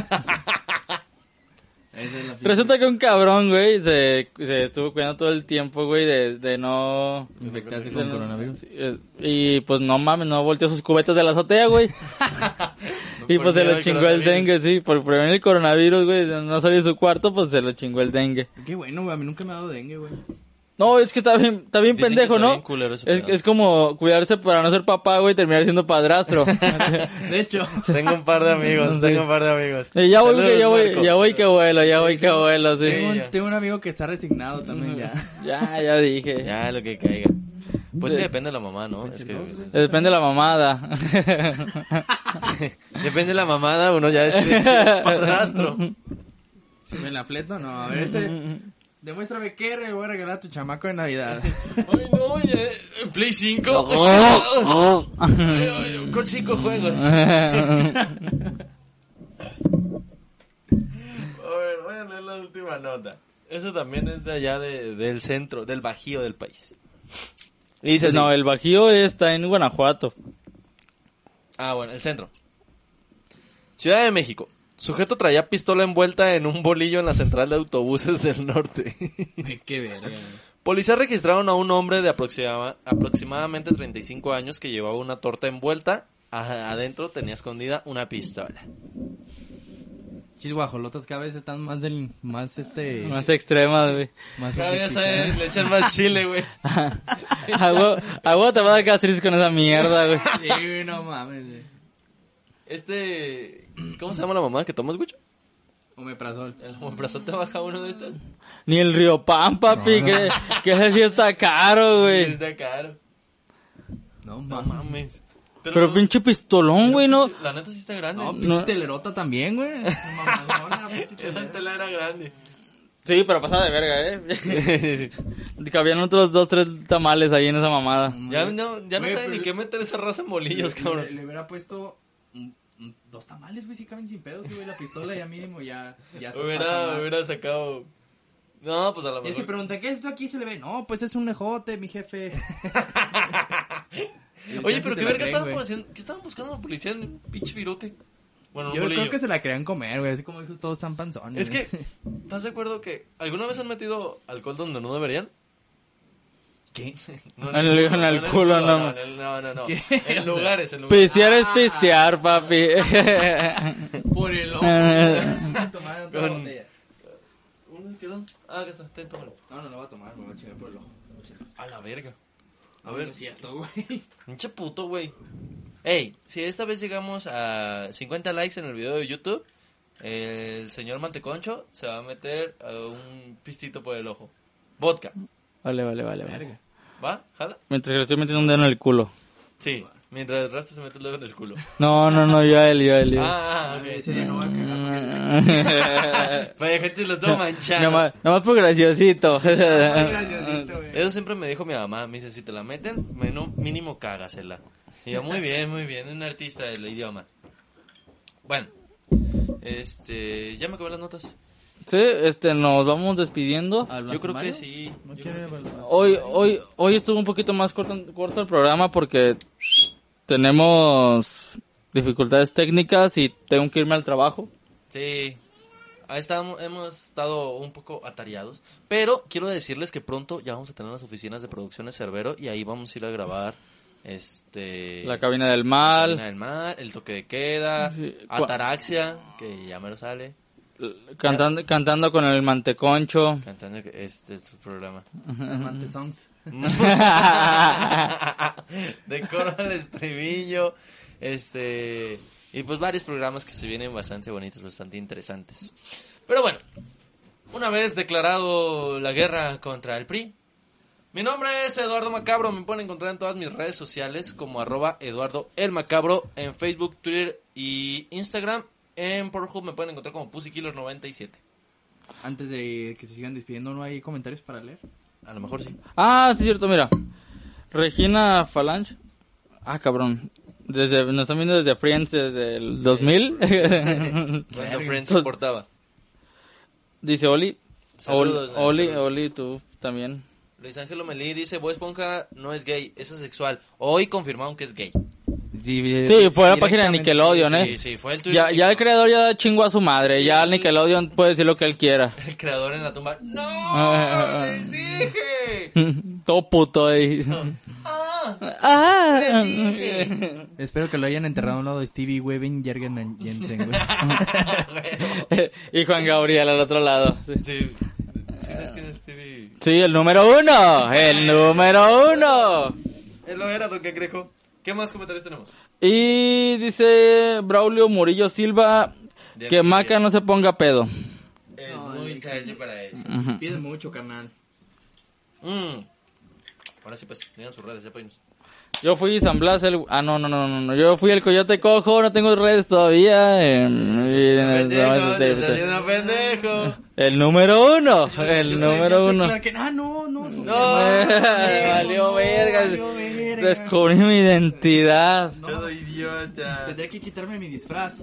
Speaker 5: Esa es la
Speaker 3: Resulta que un cabrón, güey, se, se estuvo cuidando todo el tiempo, güey, de, de no...
Speaker 5: infectarse
Speaker 3: de
Speaker 5: con
Speaker 3: no-
Speaker 5: coronavirus.
Speaker 3: sí, es- Y pues no mames, no volteó sus cubetas de la azotea, güey. Y
Speaker 2: por
Speaker 3: pues se
Speaker 2: miedo
Speaker 3: lo
Speaker 2: al
Speaker 3: chingó el
Speaker 2: coronavirus.
Speaker 3: dengue, sí. Por prevenir el coronavirus, güey, no salió de su cuarto, pues se lo chingó el dengue.
Speaker 5: Qué bueno, güey, a mí nunca me ha dado dengue, güey.
Speaker 3: No, es que está bien, está bien
Speaker 2: Dicen que
Speaker 3: pendejo,
Speaker 2: está
Speaker 3: ¿no?
Speaker 2: bien culero ese
Speaker 3: Es,
Speaker 2: pedo.
Speaker 3: es como cuidarse para no ser papá, güey, y terminar siendo padrastro.
Speaker 5: De hecho,
Speaker 2: Tengo un par de amigos, tengo un par de amigos.
Speaker 3: Eh, ya voy,
Speaker 2: Saludos,
Speaker 3: que ya voy,
Speaker 2: Marcos.
Speaker 3: ya voy que vuelo, ya voy que vuelo, sí.
Speaker 5: tengo,
Speaker 2: ya.
Speaker 5: un, tengo un amigo que está resignado también ya.
Speaker 3: Ya, ya dije.
Speaker 2: Ya, lo que caiga. Pues que depende de la mamá, ¿no? Es que...
Speaker 3: Depende de la mamada.
Speaker 2: Depende de la mamada, uno ya decide si es padrastro.
Speaker 5: Si me la fleto, no. A ver, ese... Demuéstrame qué le voy a regalar a tu chamaco de Navidad.
Speaker 2: Ay, no, ya, en Play cinco. Ay, ay, con cinco juegos. A ver, voy a leer la última nota. Eso también es de allá de, del centro, del bajío del país. Y dice así.
Speaker 3: No, el Bajío está en Guanajuato.
Speaker 2: Ah, bueno, el centro. Ciudad de México. Sujeto traía pistola envuelta en un bolillo en la central de autobuses del norte.
Speaker 5: Qué verga.
Speaker 2: Policías registraron a un hombre de aproxima- aproximadamente treinta y cinco años que llevaba una torta envuelta. A- adentro tenía escondida una pistola.
Speaker 5: Chis guajolotas cada vez están más del... Más este...
Speaker 3: Más extremas, güey.
Speaker 5: Más
Speaker 2: Cada día
Speaker 5: sofisticadas.
Speaker 2: sabes, le echan más chile, güey.
Speaker 3: A huevo- a huevo te va a dar gastritis con esa mierda, güey.
Speaker 5: Sí, güey, no mames, güey.
Speaker 2: Este... ¿Cómo se llama la mamá que tomas, güey?
Speaker 5: Omeprazol.
Speaker 2: ¿El omeprazol te baja uno de estos?
Speaker 3: Ni el Río Pan, papi, que, que ese sí está caro, güey.
Speaker 2: Está caro.
Speaker 5: No
Speaker 2: No
Speaker 5: mames.
Speaker 2: mames.
Speaker 3: Pero pinche pistolón, güey, ¿no?
Speaker 2: La neta sí está grande.
Speaker 5: No,
Speaker 2: No,
Speaker 5: pinche
Speaker 3: No.
Speaker 5: telerota también, güey. Mamadona, pinche
Speaker 2: la
Speaker 5: telera.
Speaker 2: tela era grande.
Speaker 3: Sí, pero pasaba de verga, eh. Cabían otros dos, tres tamales ahí en esa mamada.
Speaker 2: Ya no, ya no
Speaker 5: Güey,
Speaker 2: saben ni
Speaker 5: pero-
Speaker 2: qué meter esa raza en bolillos,
Speaker 5: Le-
Speaker 2: cabrón.
Speaker 5: Le, le hubiera puesto un- un- dos tamales, güey, si caben sin pedos, güey, la pistola ya mínimo ya, ya se pasa
Speaker 2: Hubiera,
Speaker 5: más.
Speaker 2: hubiera sacado... No, pues a lo
Speaker 5: Y si
Speaker 2: mejor...
Speaker 5: preguntan, ¿qué es esto aquí? Se le ve, no, pues es un ejote, mi jefe.
Speaker 2: Oye,
Speaker 5: Ya
Speaker 2: pero
Speaker 5: se
Speaker 2: qué
Speaker 5: la
Speaker 2: verga
Speaker 5: creen,
Speaker 2: estaban
Speaker 5: güey.
Speaker 2: haciendo... ¿Qué estaban buscando la policía en un pinche virote? Bueno, un
Speaker 5: Yo
Speaker 2: bolillo.
Speaker 5: creo que se la querían comer, güey, así como dijo, todos están panzones.
Speaker 2: Es que,
Speaker 5: güey.
Speaker 2: ¿estás de acuerdo que alguna vez han metido alcohol donde no deberían?
Speaker 5: ¿Qué?
Speaker 2: No,
Speaker 3: En el- en el culo, no.
Speaker 2: No, en el- no, no, no.
Speaker 5: ¿Qué?
Speaker 2: En lugares, en lugares.
Speaker 3: Pistear es pistear, papi.
Speaker 5: Por el ojo. Tomar otra
Speaker 2: Con-
Speaker 5: botella.
Speaker 2: ¿Uno quedó? Ah, acá está, ten, tómalo.
Speaker 5: No, no lo voy a tomar, me voy a chingar por el ojo.
Speaker 2: A la verga.
Speaker 5: A ver, es cierto, güey.
Speaker 2: Pinche puto, güey. Ey, si esta vez llegamos a cincuenta likes en el video de YouTube, el señor Manteconcho se va a meter a un pistito por el ojo. Vodka.
Speaker 3: Vale, vale, vale, vale.
Speaker 5: Verga.
Speaker 2: ¿Va? ¿Jala?
Speaker 3: Mientras que le estoy metiendo un dedo en el culo.
Speaker 2: Sí. Mientras el resto se mete el dedo en el culo.
Speaker 3: No, no, no, yo a él, yo a él, yo.
Speaker 2: Ah, ok.
Speaker 5: Ese día no va a cagar.
Speaker 2: Vaya, gente, lo tengo manchado.
Speaker 3: Nomás, nomás por graciosito.
Speaker 5: Muy graciosito, güey.
Speaker 2: Eso siempre me dijo mi mamá. Me dice, si te la meten, menú- mínimo cágasela. Y yo, muy bien, muy bien. Un artista del idioma. Bueno. Este... ¿Ya me acabé las notas?
Speaker 3: Sí, este, nos vamos despidiendo.
Speaker 5: ¿Al
Speaker 2: Yo creo que
Speaker 5: blasfemario?
Speaker 2: sí.
Speaker 5: ¿No
Speaker 2: Yo
Speaker 5: quiere
Speaker 2: creo que sí.
Speaker 5: hablar?
Speaker 3: Hoy, hoy, hoy estuvo un poquito más corto, corto el programa porque tenemos dificultades técnicas y tengo que irme al trabajo.
Speaker 2: Sí. Ahí estamos, hemos estado un poco atareados. Pero quiero decirles que pronto ya vamos a tener las oficinas de Producciones Cerbero. Y ahí vamos a ir a grabar... Este...
Speaker 3: La cabina del
Speaker 2: La
Speaker 3: mal.
Speaker 2: Cabina del Mal, el toque de queda,
Speaker 3: Sí.
Speaker 2: Ataraxia, que ya me lo sale,
Speaker 3: Cantando, cantando con el manteconcho.
Speaker 2: cantando que este es su programa.
Speaker 5: Amante Songs.
Speaker 2: De coro al estribillo, este, y pues varios programas que se vienen bastante bonitos, bastante interesantes. Pero bueno, una vez declarado la guerra contra el P R I. Mi nombre es Eduardo Macabro, me pueden encontrar en todas mis redes sociales como arroba Eduardo el Macabro, en Facebook, Twitter y Instagram. En Pornhub me pueden encontrar como Pusykiller noventa y siete.
Speaker 4: Antes de que se sigan despidiendo, ¿no hay comentarios para leer?
Speaker 2: A lo mejor sí.
Speaker 3: Ah, sí es cierto, mira. Regina Falange. Ah, cabrón. Desde, nos están viendo desde Friends desde el dos mil.
Speaker 2: Cuando Friends se importaba.
Speaker 3: Dice Oli.
Speaker 2: Saludos,
Speaker 3: Oli, Oli,
Speaker 2: saludos.
Speaker 3: Oli, tú también.
Speaker 2: Luis Ángelo Melí dice, Bob Esponja no es gay, es asexual. Hoy confirmaron que es gay.
Speaker 4: Sí,
Speaker 3: Sí, fue la página de Nickelodeon, ¿eh?
Speaker 2: Sí, sí, fue el Twitter.
Speaker 3: Ya, ya el creador ya chingó a su madre. Ya el Nickelodeon puede decir lo que él quiera.
Speaker 2: El creador en la tumba. ¡No!
Speaker 3: Ah.
Speaker 2: ¡Les dije!
Speaker 3: Todo puto ahí.
Speaker 2: ¡Ah!
Speaker 3: Ah.
Speaker 2: ¡Les dije!
Speaker 4: Espero que lo hayan enterrado a un lado de Stevie Webben, Jürgen Jensen, güey.
Speaker 3: Y Juan Gabriel al otro lado. Sí.
Speaker 2: Sí. ¿Sí sabes quién es Stevie?
Speaker 3: Sí, el número uno. El número uno.
Speaker 2: Él lo era, don Cangrejo. ¿Qué más comentarios tenemos?
Speaker 3: Y dice Braulio Murillo Silva
Speaker 2: De
Speaker 3: que
Speaker 2: aquí.
Speaker 3: Maca no se ponga pedo.
Speaker 2: Es
Speaker 4: No,
Speaker 2: muy
Speaker 4: sí.
Speaker 2: tarde para eso.
Speaker 3: Ujú.
Speaker 4: Pide mucho, carnal.
Speaker 2: Mm. Ahora sí, pues, digan sus redes, ya pues.
Speaker 3: Yo fui San Blas, el... Ah, no, no, no, no, no. Yo fui el Coyote Cojo, no tengo redes todavía. eh, y-
Speaker 2: Pendejo, te está haciendo pendejo.
Speaker 3: El número uno, el
Speaker 4: Yo sé-
Speaker 3: número
Speaker 4: yo sé,
Speaker 3: uno.
Speaker 4: claro que- ah, no, no. su-
Speaker 2: No.
Speaker 3: Valió
Speaker 4: no,
Speaker 3: verga.
Speaker 4: valió verga.
Speaker 3: Descubrí mi identidad.
Speaker 2: Todo idiota.
Speaker 4: Tendré que quitarme mi disfraz.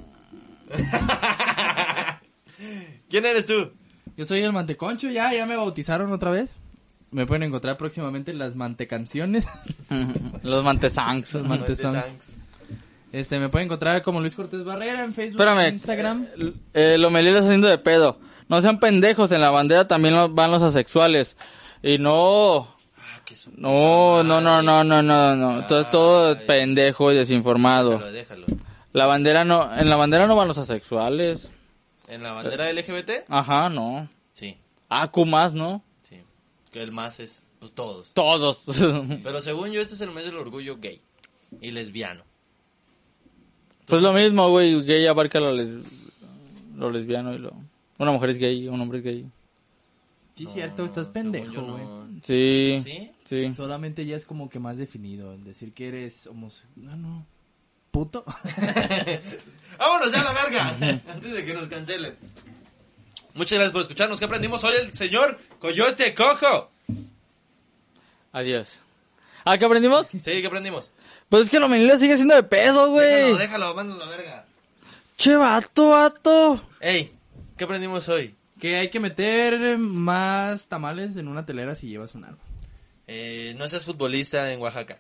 Speaker 2: ¿Quién eres tú?
Speaker 4: Yo soy el Manteconcho, ya, ya me bautizaron otra vez. Me pueden encontrar próximamente en las Mantecanciones.
Speaker 3: Los Mantesangs.
Speaker 4: Los Mantesangs.
Speaker 2: Mantesangs.
Speaker 4: Este, me pueden encontrar como Luis Cortés Barrera en Facebook,
Speaker 3: Espérame.
Speaker 4: en Instagram.
Speaker 3: Eh, eh, lo Melí lo está haciendo de pedo. No sean pendejos, en la bandera también lo- van los asexuales. Y no...
Speaker 2: Ah, qué su-
Speaker 3: No, no, no, no, no, no, no. Todo es todo
Speaker 2: Ay.
Speaker 3: pendejo y desinformado.
Speaker 2: Déjalo, déjalo.
Speaker 3: La bandera no... En la bandera no van los asexuales.
Speaker 2: ¿En la bandera L G B T?
Speaker 3: Ajá, no.
Speaker 2: Sí,
Speaker 3: Ah, Q más, ¿no?
Speaker 2: sí. Que el más es, pues, todos.
Speaker 3: Todos.
Speaker 2: Pero según yo, este es el mes del orgullo gay y lesbiano.
Speaker 3: Pues lo mismo, güey. Gay abarca lo, les... lo lesbiano y lo... Una mujer es gay, un hombre es gay.
Speaker 4: Sí,
Speaker 2: No,
Speaker 4: cierto, estás
Speaker 2: según
Speaker 4: pendejo,
Speaker 2: yo no.
Speaker 4: güey.
Speaker 3: Sí.
Speaker 2: ¿Sí?
Speaker 3: Sí.
Speaker 4: Solamente ya es como que más definido. el Decir que eres homosexual. No, no. ¿Puto?
Speaker 2: ¡Vámonos ya a la verga! Antes de que nos cancelen. Muchas gracias por escucharnos. ¿Qué aprendimos hoy el señor Coyote Cojo?
Speaker 3: Adiós. ¿Ah, qué aprendimos?
Speaker 2: Sí, ¿qué aprendimos?
Speaker 3: Pues es que lo Melí sigue siendo de pedo, güey.
Speaker 2: Déjalo, déjalo, mándalo a la verga.
Speaker 3: Che, vato, vato.
Speaker 2: Ey, ¿qué aprendimos hoy?
Speaker 4: Que hay que meter más tamales en una telera si llevas un árbol.
Speaker 2: Eh, no seas futbolista en Oaxaca.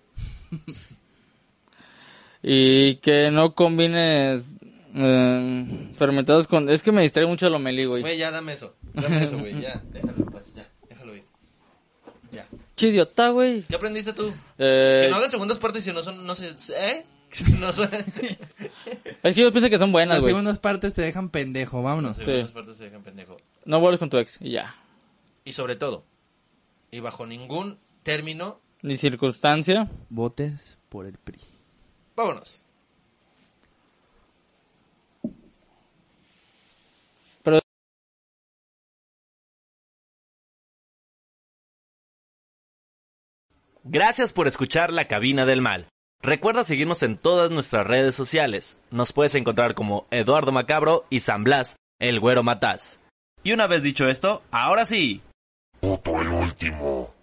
Speaker 3: Y que no combines eh, fermentados con... Es que me distrae mucho lo Melí, güey.
Speaker 2: Güey, ya dame eso. Dame eso, güey. Ya, déjalo, pues, ya. Déjalo ir. Ya.
Speaker 3: Che, idiota, güey.
Speaker 2: ¿Qué aprendiste tú?
Speaker 3: Eh,
Speaker 2: Que no hagan segundas partes si no son, no sé, ¿eh? No son...
Speaker 3: Es que yo pienso que son buenas,
Speaker 4: Las
Speaker 3: güey.
Speaker 4: segundas partes te dejan pendejo, vámonos.
Speaker 2: Las segundas partes se dejan pendejo.
Speaker 3: No vuelves con tu ex y ya.
Speaker 2: Y sobre todo, y bajo ningún término,
Speaker 3: Ni circunstancia.
Speaker 4: Votes por el P R I.
Speaker 2: vámonos.
Speaker 3: Pero...
Speaker 6: Gracias por escuchar La Cabina del Mal. Recuerda seguirnos en todas nuestras redes sociales. Nos puedes encontrar como Eduardo Macabro y San Blas, el Güero Mataz. Y una vez dicho esto, ahora sí.
Speaker 1: Puto el último.